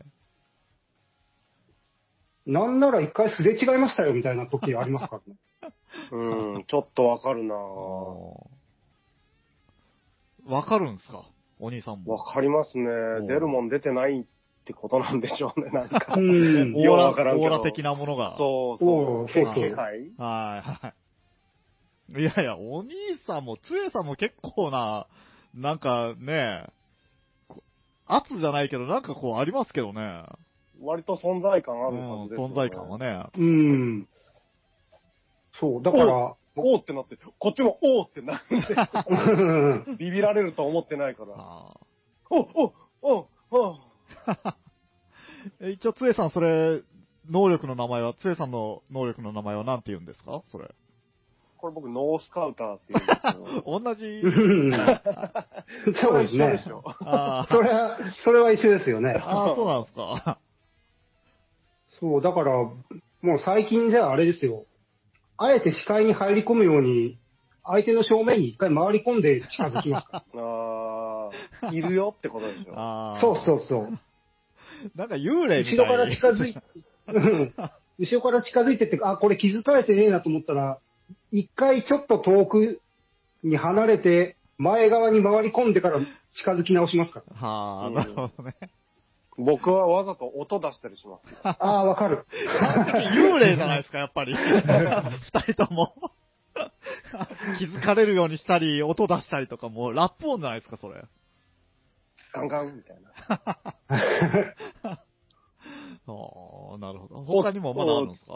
Speaker 2: なんなら一回すれ違いましたよみたいな時ありますからね。
Speaker 1: うん、ちょっとわかるなぁ。
Speaker 3: おーわかるんすかお兄さんも。
Speaker 1: わかりますね
Speaker 3: お。
Speaker 1: 出るもん出てないってことなんでしょうね、なんか。
Speaker 2: うん。
Speaker 3: オー
Speaker 1: ようわ
Speaker 3: ラ、
Speaker 1: からんけど
Speaker 3: オーラ的なものが。
Speaker 1: そう
Speaker 2: お
Speaker 1: そうう。
Speaker 2: そうそう
Speaker 1: 気配
Speaker 3: はいはい。いやいや、お兄さんも、つえさんも結構な、なんかね、圧じゃないけど、なんかこうありますけどね。
Speaker 1: 割と存在感あ
Speaker 3: うん
Speaker 1: るはずですよね。
Speaker 3: 存在感はね。
Speaker 2: うん。そう、だから、
Speaker 1: おーってなって、こっちもおーってなるんで、ビビられると思ってないから。
Speaker 3: あ
Speaker 1: おおおお
Speaker 3: ー一応、つえさん、それ、能力の名前は、つえさんの能力の名前は何て言うんですかそれ。
Speaker 1: これ僕、ノースカウターって言うんですけど。
Speaker 3: 同じ。
Speaker 2: うんそうですね。
Speaker 1: 一緒でしょ。
Speaker 3: あ
Speaker 2: それは、それは一緒ですよね。
Speaker 3: あー、そうなんですか。
Speaker 2: そう、だから、もう最近じゃああれですよ。あえて視界に入り込むように、相手の正面に一回回り込んで近づきますか
Speaker 1: ああ、いるよってことでしょ。
Speaker 3: ああ。
Speaker 2: そうそうそう。
Speaker 3: なんか幽霊みたい
Speaker 2: 後ろから近づいて、うん後ろから近づいてって、あ、これ気づかれてねえなと思ったら、一回ちょっと遠くに離れて、前側に回り込んでから近づき直しますから。
Speaker 3: はあ、なるほどね。
Speaker 1: 僕はわざと音出したりします。
Speaker 2: ああ、わかる。
Speaker 3: 完璧幽霊じゃないですか、やっぱり。二人とも。気づかれるようにしたり、音出したりとかも、ラップ音じゃないですか、それ。
Speaker 1: ガンガンみたいな。
Speaker 3: ああ、なるほど。他にもまだあるんですか？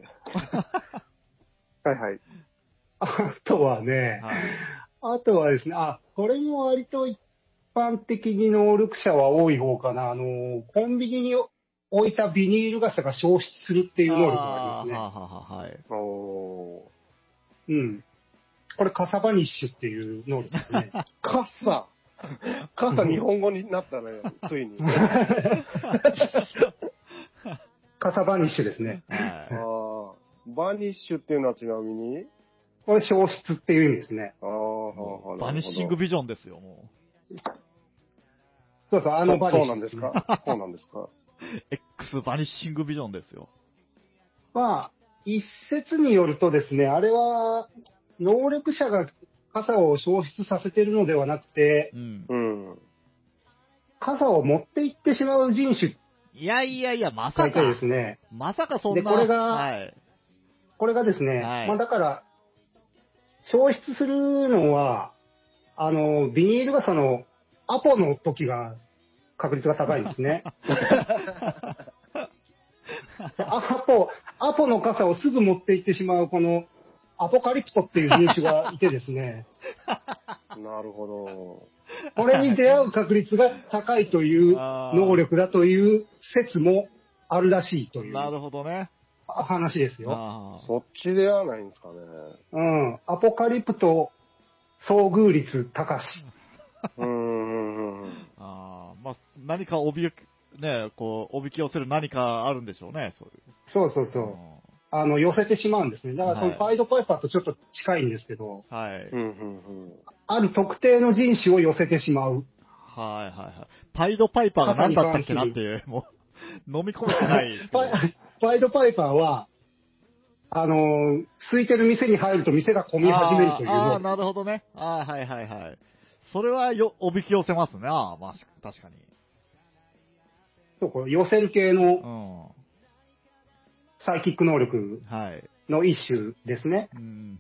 Speaker 1: はいはい。
Speaker 2: あとはね、
Speaker 3: はい。
Speaker 2: あとはですね、あ、これも割と一般的に能力者は多い方かな。あの、コンビニに置いたビニール傘が消失するっていう能力がありますね。
Speaker 3: あーはあはあはあはい。
Speaker 1: おー。
Speaker 2: うん。これ、カサバニッシュっていう能力ですね。
Speaker 1: 傘。傘日本語になったね、ついに。
Speaker 2: カサバニッシュですね。
Speaker 1: あ
Speaker 3: は
Speaker 1: ーバニッシュっていうのはちなみに
Speaker 2: これ、消失っていう意味ですね。
Speaker 1: ああ、
Speaker 3: い。バニッシングビジョンですよ、も
Speaker 2: そうそう、あのバニッシュ。
Speaker 1: そうなんですかそうなんですか
Speaker 3: う。X バニッシングビジョンですよ。
Speaker 2: まあ、一説によるとですね、あれは、能力者が傘を消失させているのではなくて、
Speaker 3: うん
Speaker 1: う。ん。
Speaker 2: 傘を持って行ってしまう人種
Speaker 3: いやいやいや、まさか
Speaker 2: がいてで。すね、
Speaker 3: まさかそんな。
Speaker 2: でこれが
Speaker 3: はい。
Speaker 2: これがですね、
Speaker 3: はい
Speaker 2: まあだから、消失するのは、あの、ビニール傘のアポの時が確率が高いんですね。アポ、アポの傘をすぐ持って行ってしまう、この、アポカリプトっていう人種がいてですね、
Speaker 1: なるほど。
Speaker 2: これに出会う確率が高いという能力だという説もあるらしいという
Speaker 3: なるほどね。
Speaker 2: 話ですよ。
Speaker 3: あー
Speaker 1: そっちではないんですかね。
Speaker 2: うん。アポカリプト遭遇率高し。
Speaker 1: うーん。
Speaker 3: あー、まあ、何かおびえ、ね、こう、おびき寄せる何かあるんでしょうね、そういう。
Speaker 2: そうそうそう。あの、寄せてしまうんですね。だからそのパイドパイパーとちょっと近いんですけど、
Speaker 3: うんはい。
Speaker 1: うん、うん、うん。
Speaker 2: ある特定の人種を寄せてしまう。
Speaker 3: はいはいはい。パイドパイパーが何だったっけなっていう、もう、飲み込めてないですけど。
Speaker 2: パイパイドパイパーは、あのー、空いてる店に入ると店が混み始めるという
Speaker 3: あーあー、
Speaker 2: の。
Speaker 3: なるほどね。ああ、はいはいはい。それはよ、おびき寄せますね。ああ、まあ、確かに。
Speaker 2: そうこう寄せる系の
Speaker 3: うん。
Speaker 2: サイキック能力
Speaker 3: はい。
Speaker 2: の一種ですね。
Speaker 3: うんうんうん。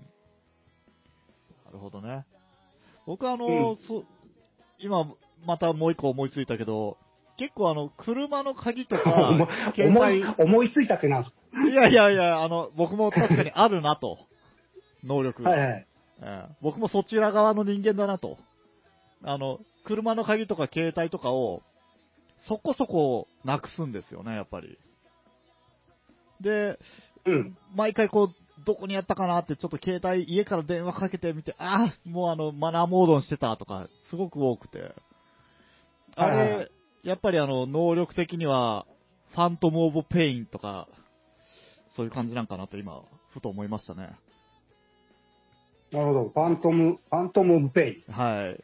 Speaker 3: なるほどね。僕はあの、
Speaker 2: うん
Speaker 3: そ今、またもう一個思いついたけど、結構あの、車の鍵とか
Speaker 2: 思い、
Speaker 3: 携
Speaker 2: 思い
Speaker 3: 帯、
Speaker 2: 思いついたってなんです
Speaker 3: いやいやいや、あの、僕も確かにあるなと。能力
Speaker 2: か。
Speaker 3: が。
Speaker 2: はいはい。
Speaker 3: ええ僕もそちら側の人間だなと。あの、車の鍵とか携帯とかを、そこそこなくすんですよね、やっぱり。で、
Speaker 2: うん。
Speaker 3: 毎回こう、どこにやったかなって、ちょっと携帯、家から電話かけてみて、ああ、もうあの、マナーモードにしてたとか、すごく多くて。あ
Speaker 2: はいはいは
Speaker 3: れ、やっぱりあの、能力的には、ファントム・オブ・ペインとか、そういう感じなんかなと今、ふと思いましたね。
Speaker 2: なるほど。ファントム、ファントム・オブ・ペイ。
Speaker 3: はい。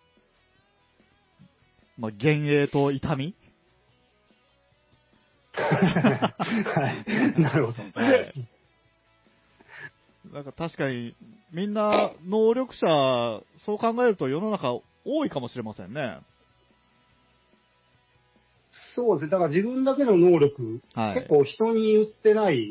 Speaker 3: まあ、幻影と痛み
Speaker 2: はい。なるほど。
Speaker 3: はい。なんか確かに、みんな能力者、そう考えると世の中多いかもしれませんね。
Speaker 2: そうですね。だから自分だけの能力、
Speaker 3: はい。
Speaker 2: 結構人に言ってない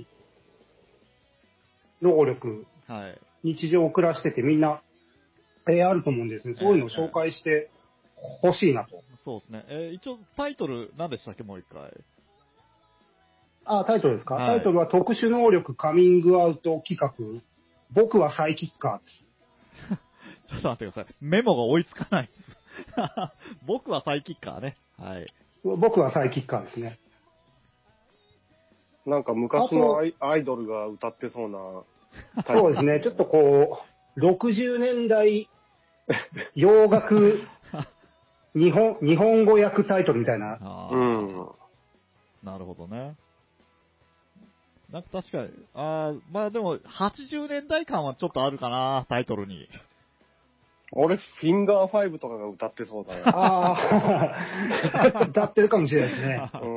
Speaker 2: 能力、
Speaker 3: はい。
Speaker 2: 日常を暮らしててみんな、えーあると思うんですね。そういうのを紹介してほしいなと。
Speaker 3: そうですね。えー一応タイトル何でしたっけ、もう一回。
Speaker 2: あ、タイトルですか、
Speaker 3: はい
Speaker 2: タイトルは特殊能力カミングアウト企画。僕はサイキッカーです。
Speaker 3: ちょっと待ってください。メモが追いつかないです。僕はサイキッカーね。はい。
Speaker 2: 僕はサイキッカーですね。
Speaker 1: なんか昔のアイアイドルが歌ってそうな
Speaker 2: そうですね、ちょっとこう、ろくじゅうねんだい洋楽日本、日本語訳タイトルみたいな。
Speaker 3: あ
Speaker 1: うん。
Speaker 3: なるほどね。なんか確かに、あーまあでも、はちじゅうねんだい感はちょっとあるかな、タイトルに。
Speaker 1: 俺、フィンガーファイブとかが歌ってそうだね。
Speaker 2: ああ、歌ってるかもしれないですね。
Speaker 1: うん。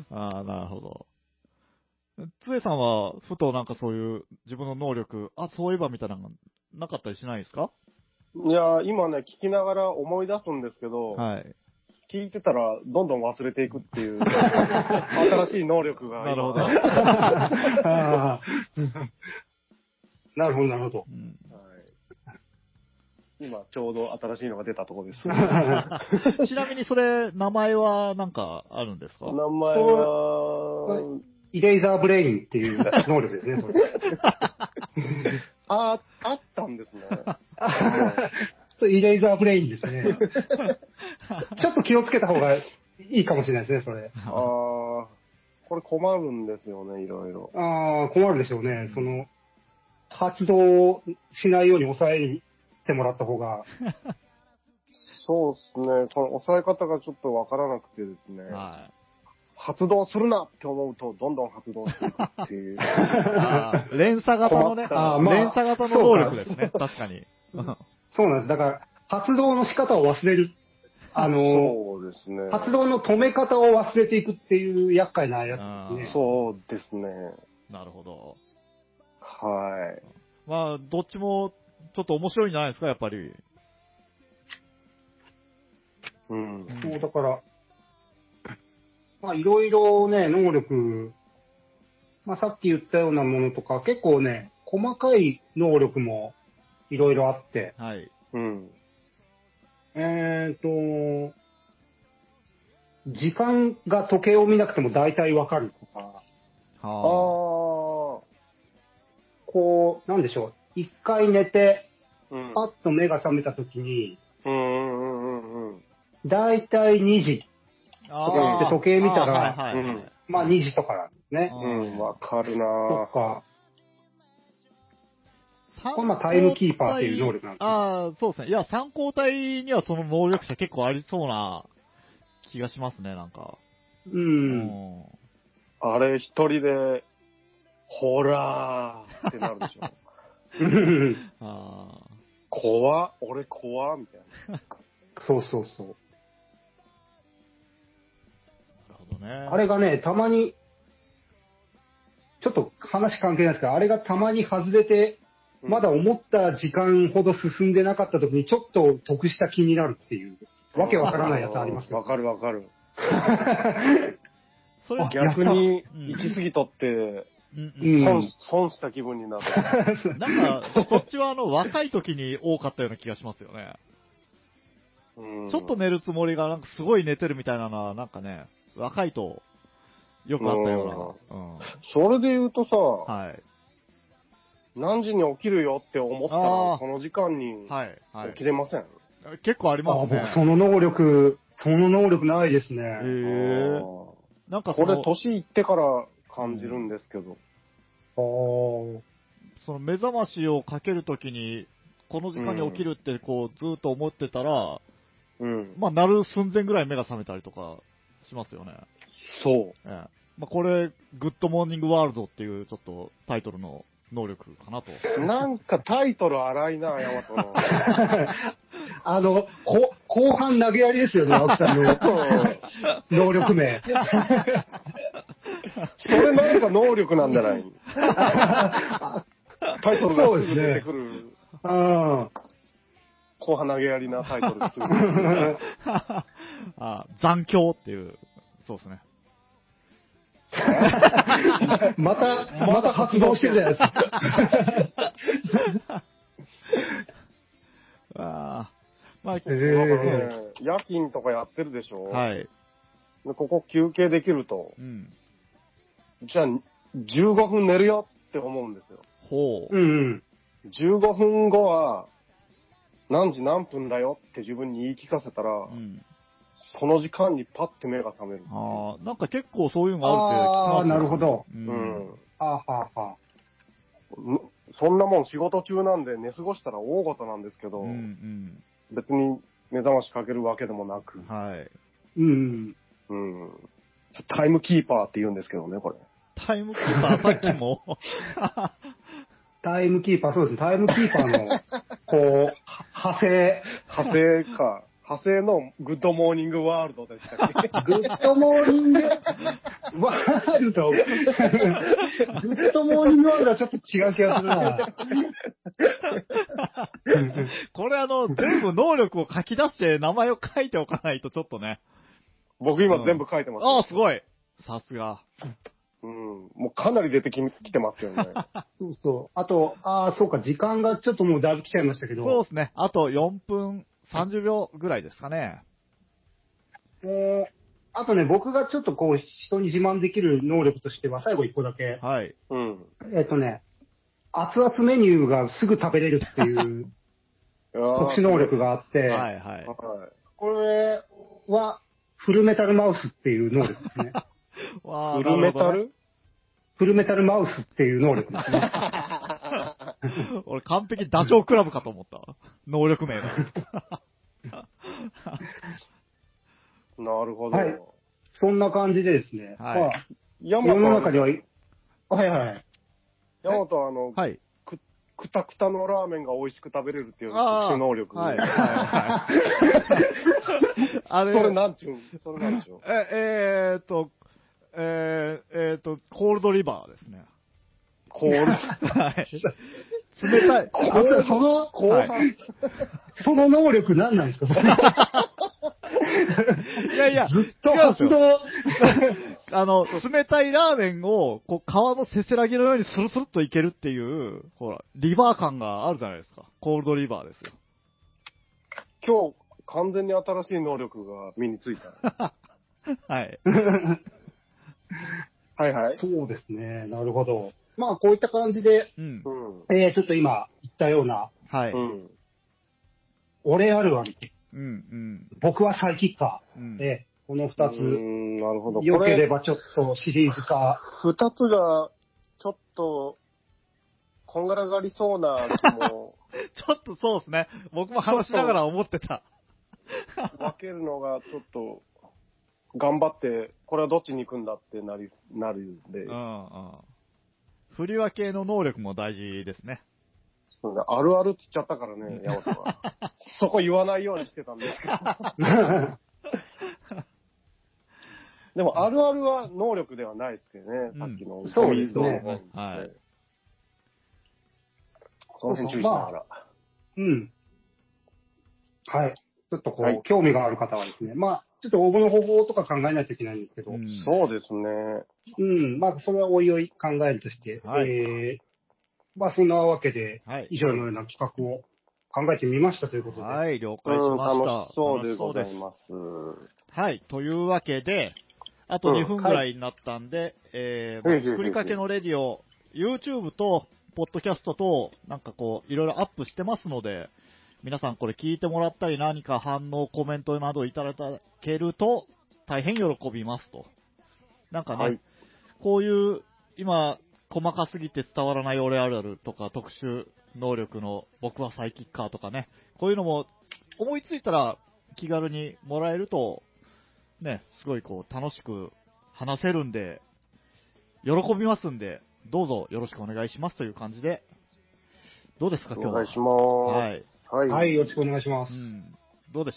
Speaker 3: ああ、なるほど。つえさんは、ふとなんかそういう自分の能力、あ、そういえばみたいなのがなかったりしないですか？
Speaker 1: いやー、今ね、聞きながら思い出すんですけど、
Speaker 3: はい。
Speaker 1: 聞いてたらどんどん忘れていくっていう、新しい能力が今。
Speaker 3: なるほど。
Speaker 2: あーなるほど、なるほど。
Speaker 3: うん
Speaker 1: はい、今、ちょうど新しいのが出たところです。
Speaker 3: ちなみにそれ、名前はなんかあるんですか？
Speaker 1: 名前は、
Speaker 2: イレイザーブレインっていう能力ですね、それ。
Speaker 1: あ、あったんですね。
Speaker 2: そうイレイザーブレインですね。ちょっと気をつけた方がいいかもしれないですね、それ。
Speaker 1: ああ、これ困るんですよね、いろいろ。
Speaker 2: ああ、困るでしょうね。その、発動しないように抑えてもらった方が。
Speaker 1: そうですね。この押さえ方がちょっとわからなくてですね。
Speaker 3: はい。
Speaker 1: 発動するなって思うと、どんどん発動していくっていう。
Speaker 3: あー連鎖型のね、
Speaker 2: あーまあ
Speaker 3: 連鎖型の能力ですね、確かに。
Speaker 2: そうなんです。だから、発動の仕方を忘れる。あの、
Speaker 1: そうですね。
Speaker 2: 発動の止め方を忘れていくっていう厄介なやつですね。
Speaker 1: そうですね。
Speaker 3: なるほど。
Speaker 1: はい。
Speaker 3: まあ、どっちもちょっと面白いんじゃないですか、やっぱり。
Speaker 1: うん。
Speaker 2: そう、だから、まあ、いろいろね、能力、まあ、さっき言ったようなものとか、結構ね、細かい能力もいろいろあって、
Speaker 3: はい。
Speaker 1: うん。
Speaker 2: えーと、時間が時計を見なくても大体わかるとか、
Speaker 3: は
Speaker 1: ああ、こ
Speaker 2: なんでしょう、一回寝て、
Speaker 1: う、うん。
Speaker 2: パッと目が覚めた時に、
Speaker 1: うんうんうんうんうん。
Speaker 2: 大体にじ
Speaker 3: あ。
Speaker 2: とかって時計見たら
Speaker 3: あーはいはいはい。
Speaker 1: うん
Speaker 2: まあにじとかなんですね。
Speaker 1: うん、わかるなぁ。
Speaker 2: とか、
Speaker 3: 参
Speaker 2: これまあタイムキーパーっていう能力なんですよ。
Speaker 3: ああ、そうですね。いや、参考体にはその能力者結構ありそうな気がしますね、なんか。
Speaker 2: う。
Speaker 3: うん
Speaker 1: あれ一人で、ほらーってなるでしょ。
Speaker 3: あ
Speaker 1: 怖っ、俺怖っ、みたいな。
Speaker 2: そうそうそう。
Speaker 3: なるほどね。
Speaker 2: あれがね、たまに、ちょっと話関係ないですけど、あれがたまに外れて、まだ思った時間ほど進んでなかった時にちょっと得した気になるっていう、わけわからないやつありますよ。
Speaker 1: わかるわかる。
Speaker 3: それ
Speaker 1: 逆に
Speaker 3: うん
Speaker 1: 行き過ぎとって、
Speaker 3: うん
Speaker 2: うん
Speaker 1: 損し損した気分になる。
Speaker 3: なんか、そっちはあの、若い時に多かったような気がしますよね。
Speaker 1: うん
Speaker 3: ちょっと寝るつもりが、なんかすごい寝てるみたいなのは、なんかね、若いと、よくあったような。うん。
Speaker 1: それで言うとさ、
Speaker 3: はい。
Speaker 1: 何時に起きるよって思った
Speaker 3: あ
Speaker 1: ら、
Speaker 3: ー
Speaker 1: この時間に
Speaker 3: はい。はい
Speaker 1: 起き。れません。
Speaker 3: 結構あり
Speaker 2: あ
Speaker 3: ますね。
Speaker 2: 僕その能力、その能力ないですね。
Speaker 3: へ
Speaker 1: あ
Speaker 3: え。
Speaker 1: ー
Speaker 3: なんかその、
Speaker 1: これ年いってから感じるんですけど。
Speaker 2: あー
Speaker 3: その目覚ましをかけるときに、この時間に起きるってこう、ずーっと思ってたら、
Speaker 1: うん。
Speaker 3: まあ、なる寸前ぐらい目が覚めたりとかしますよね。
Speaker 1: そう。
Speaker 3: ええ。まあ、これ、グッドモーニングワールドっていうちょっとタイトルの能力かなと。
Speaker 1: なんかタイトル荒いな、ヤマトの。
Speaker 2: あの、こ後半投げやりですよね、青木さんの能力名。
Speaker 1: それなんか能力なんじゃないタイトルがすぐ出てくる。
Speaker 2: うん
Speaker 1: 後半投げやりなタイトルがすぐ出てくる。
Speaker 3: あ、残響っていう、そうですね。
Speaker 2: また、また発動してるじゃないですか。
Speaker 3: あまあ、
Speaker 2: え
Speaker 1: だから
Speaker 2: ー
Speaker 1: ね、夜勤とかやってるでしょ。
Speaker 3: はい。
Speaker 1: でここ休憩できると、
Speaker 3: うん。
Speaker 1: じゃあじゅうごふん寝るよって思うんですよ。
Speaker 3: ほう。
Speaker 2: うん
Speaker 1: じゅうごふんごは何時何分だよって自分に言い聞かせたら、
Speaker 3: うん。
Speaker 1: その時間にパッて目が覚める。
Speaker 3: ああ、なんか結構そういうのがあるって聞きますよ
Speaker 2: あーなるほど
Speaker 3: う。
Speaker 1: うんん。
Speaker 2: あはあはあ。
Speaker 1: そんなもん仕事中なんで寝過ごしたら大事なんですけど、
Speaker 3: うんうん、
Speaker 1: 別に目覚ましかけるわけでもなく。
Speaker 3: はい。
Speaker 2: うん。
Speaker 1: うん。タイムキーパーって言うんですけどね、これ。
Speaker 3: タイムキーパー、さっきも。
Speaker 2: タイムキーパー、そうですね。タイムキーパーの、こう、派生。
Speaker 1: 派生か。派生のグッドモーニングワールドでしたっけ？
Speaker 2: グッドモーニングワールド。グッドモーニングワールドはちょっと違う気がするな。
Speaker 3: これあの、全部能力を書き出して名前を書いておかないとちょっとね。
Speaker 1: 僕今全部書いてます、
Speaker 3: うん。ああ、すごい。さすが。
Speaker 1: うん。もうかなり出てきてますよね。
Speaker 2: そうそう。あと、ああ、そうか、時間がちょっともうだいぶ来ちゃいましたけど。
Speaker 3: そうですね。あとよんぷんさんじゅうびょうぐらいですかね。
Speaker 2: もう、あとね、僕がちょっとこう、人に自慢できる能力としては、最後いっこだけ。
Speaker 3: はい。
Speaker 1: うん。
Speaker 2: えっとね、熱々メニューがすぐ食べれるっていう特殊能力があって、
Speaker 3: はいはい。
Speaker 2: これは、フルメタルマウスっていう能力ですね。
Speaker 1: フルメタル、ね、
Speaker 2: フルメタルマウスっていう能力ですね。
Speaker 3: 俺完璧ダチョウ倶楽部かと思った。能力名が。
Speaker 1: なるほど。
Speaker 2: はい。そんな感じでですね。
Speaker 3: はい。
Speaker 2: まあ、世の中では、はいはい。
Speaker 1: ヤマトあの、
Speaker 3: はい。
Speaker 1: く、くたくたのラーメンが美味しく食べれるっていう特殊能力。
Speaker 3: はい。はい。はい。あれ、
Speaker 1: それなんちゅうそれなんちゅう
Speaker 3: え、えーっと、えー、えーっと、コールドリバーですね。
Speaker 1: コールド
Speaker 3: はい。冷たい。
Speaker 2: その、はい、その能力何なんですかそれ
Speaker 3: いやいや、
Speaker 2: ずっと発動。
Speaker 3: あの、冷たいラーメンを、こう、皮のせせらぎのようにスルスルっといけるっていう、ほら、リバー感があるじゃないですか。コールドリバーですよ。
Speaker 1: 今日、完全に新しい能力が身についた。
Speaker 3: はい。
Speaker 1: はいはい。
Speaker 2: そうですね。なるほど。まあ、こういった感じで、
Speaker 3: うん、
Speaker 2: えー、ちょっと今言ったような、
Speaker 3: はい。
Speaker 2: 俺あるある。
Speaker 3: うんうん、
Speaker 2: 僕はサイキッカー。うん、えー、この二つ、
Speaker 1: なるほど。
Speaker 2: 良ければちょっとシリーズ化。
Speaker 1: 二つが、ちょっと、こんがらがりそうな気も。
Speaker 3: ちょっとそうですね。僕も話しながら思ってた。
Speaker 1: 分けるのがちょっと、頑張って、これはどっちに行くんだってなり、なるんで。うんうん。
Speaker 3: 振り分けの能力も大事ですね。
Speaker 1: あるあるって言っちゃったからね、ヤマトは。そこ言わないようにしてたんですけど。でも、あるあるは能力ではないですけどね、うん、さっきの。
Speaker 2: そうですね。
Speaker 3: はい。
Speaker 1: その辺注意しながら。まあ、
Speaker 2: うん。はい。ちょっとこう、はい、興味がある方はですね、まあ、ちょっと応募の方法とか考えないといけないんですけど。うん、
Speaker 1: そうですね。
Speaker 2: うん。まあ、それはおいおい考えるとして、はい、えー、まあ、そんなわけで、はい、以上のような企画を考えてみましたということで。
Speaker 3: はい、了解しました。
Speaker 1: 楽しそうでございます。
Speaker 3: はい、というわけで、あとにふんぐらいになったんで、うんはい、えー、まあ、ふりかけのレディオ、YouTube と、ポッドキャストと、なんかこう、いろいろアップしてますので、皆さんこれ聞いてもらったり何か反応、コメントなどいただけると大変喜びますと。なんかね、はい、こういう今細かすぎて伝わらない俺あるあるとか特殊能力の僕はサイキッカーとかね、こういうのも思いついたら気軽にもらえると、ね、すごいこう楽しく話せるんで、喜びますんで、どうぞよろしくお願いしますという感じで、どうですか今日は。
Speaker 1: お願いします。
Speaker 3: はい。
Speaker 2: はい、はい、よろしくお願いします。
Speaker 3: うん、どうでした？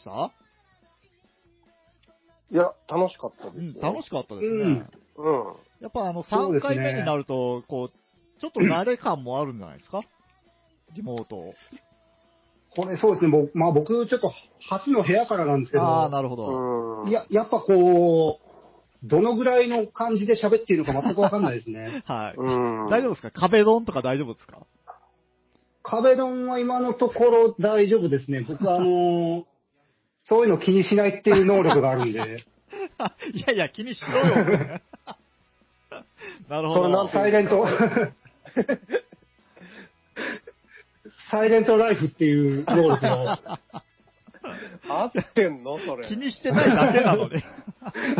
Speaker 1: いや、楽しかったです、ね、
Speaker 3: うん。楽しかったですね。
Speaker 1: うん。うん、
Speaker 3: やっぱあの、さんかいめになると、こう、ちょっと慣れ感もあるんじゃないですかリモート。
Speaker 2: これそうですね、僕、まあ僕、ちょっと初の部屋からなんですけど。
Speaker 3: ああ、なるほど。
Speaker 2: いや、やっぱこう、どのぐらいの感じで喋っているのか全くわかんないですね。
Speaker 3: はい。大丈夫ですか壁ドンとか大丈夫ですか
Speaker 2: 壁ドンは今のところ大丈夫ですね。僕はあのー、そういうの気にしないっていう能力があるんで。
Speaker 3: いやいや、気にしろよ。なるほど。
Speaker 2: それなんサイレント。サイレントライフっていう能力が。
Speaker 1: 合ってんのそれ。
Speaker 3: 気にしてないだけなので。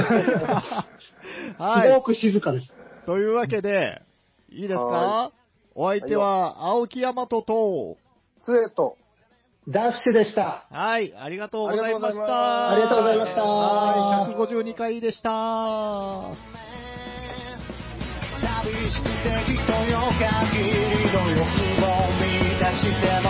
Speaker 2: はい。すごく静かです。
Speaker 3: というわけで、いいですかお相手は、青木大和と、
Speaker 1: つえと、
Speaker 2: ダッシュでした。
Speaker 3: はい、ありがとうございました。
Speaker 2: ありがとうございました。
Speaker 3: はい、ひゃくごじゅうにかいでした。寂しくて人よ限りの欲望を満たして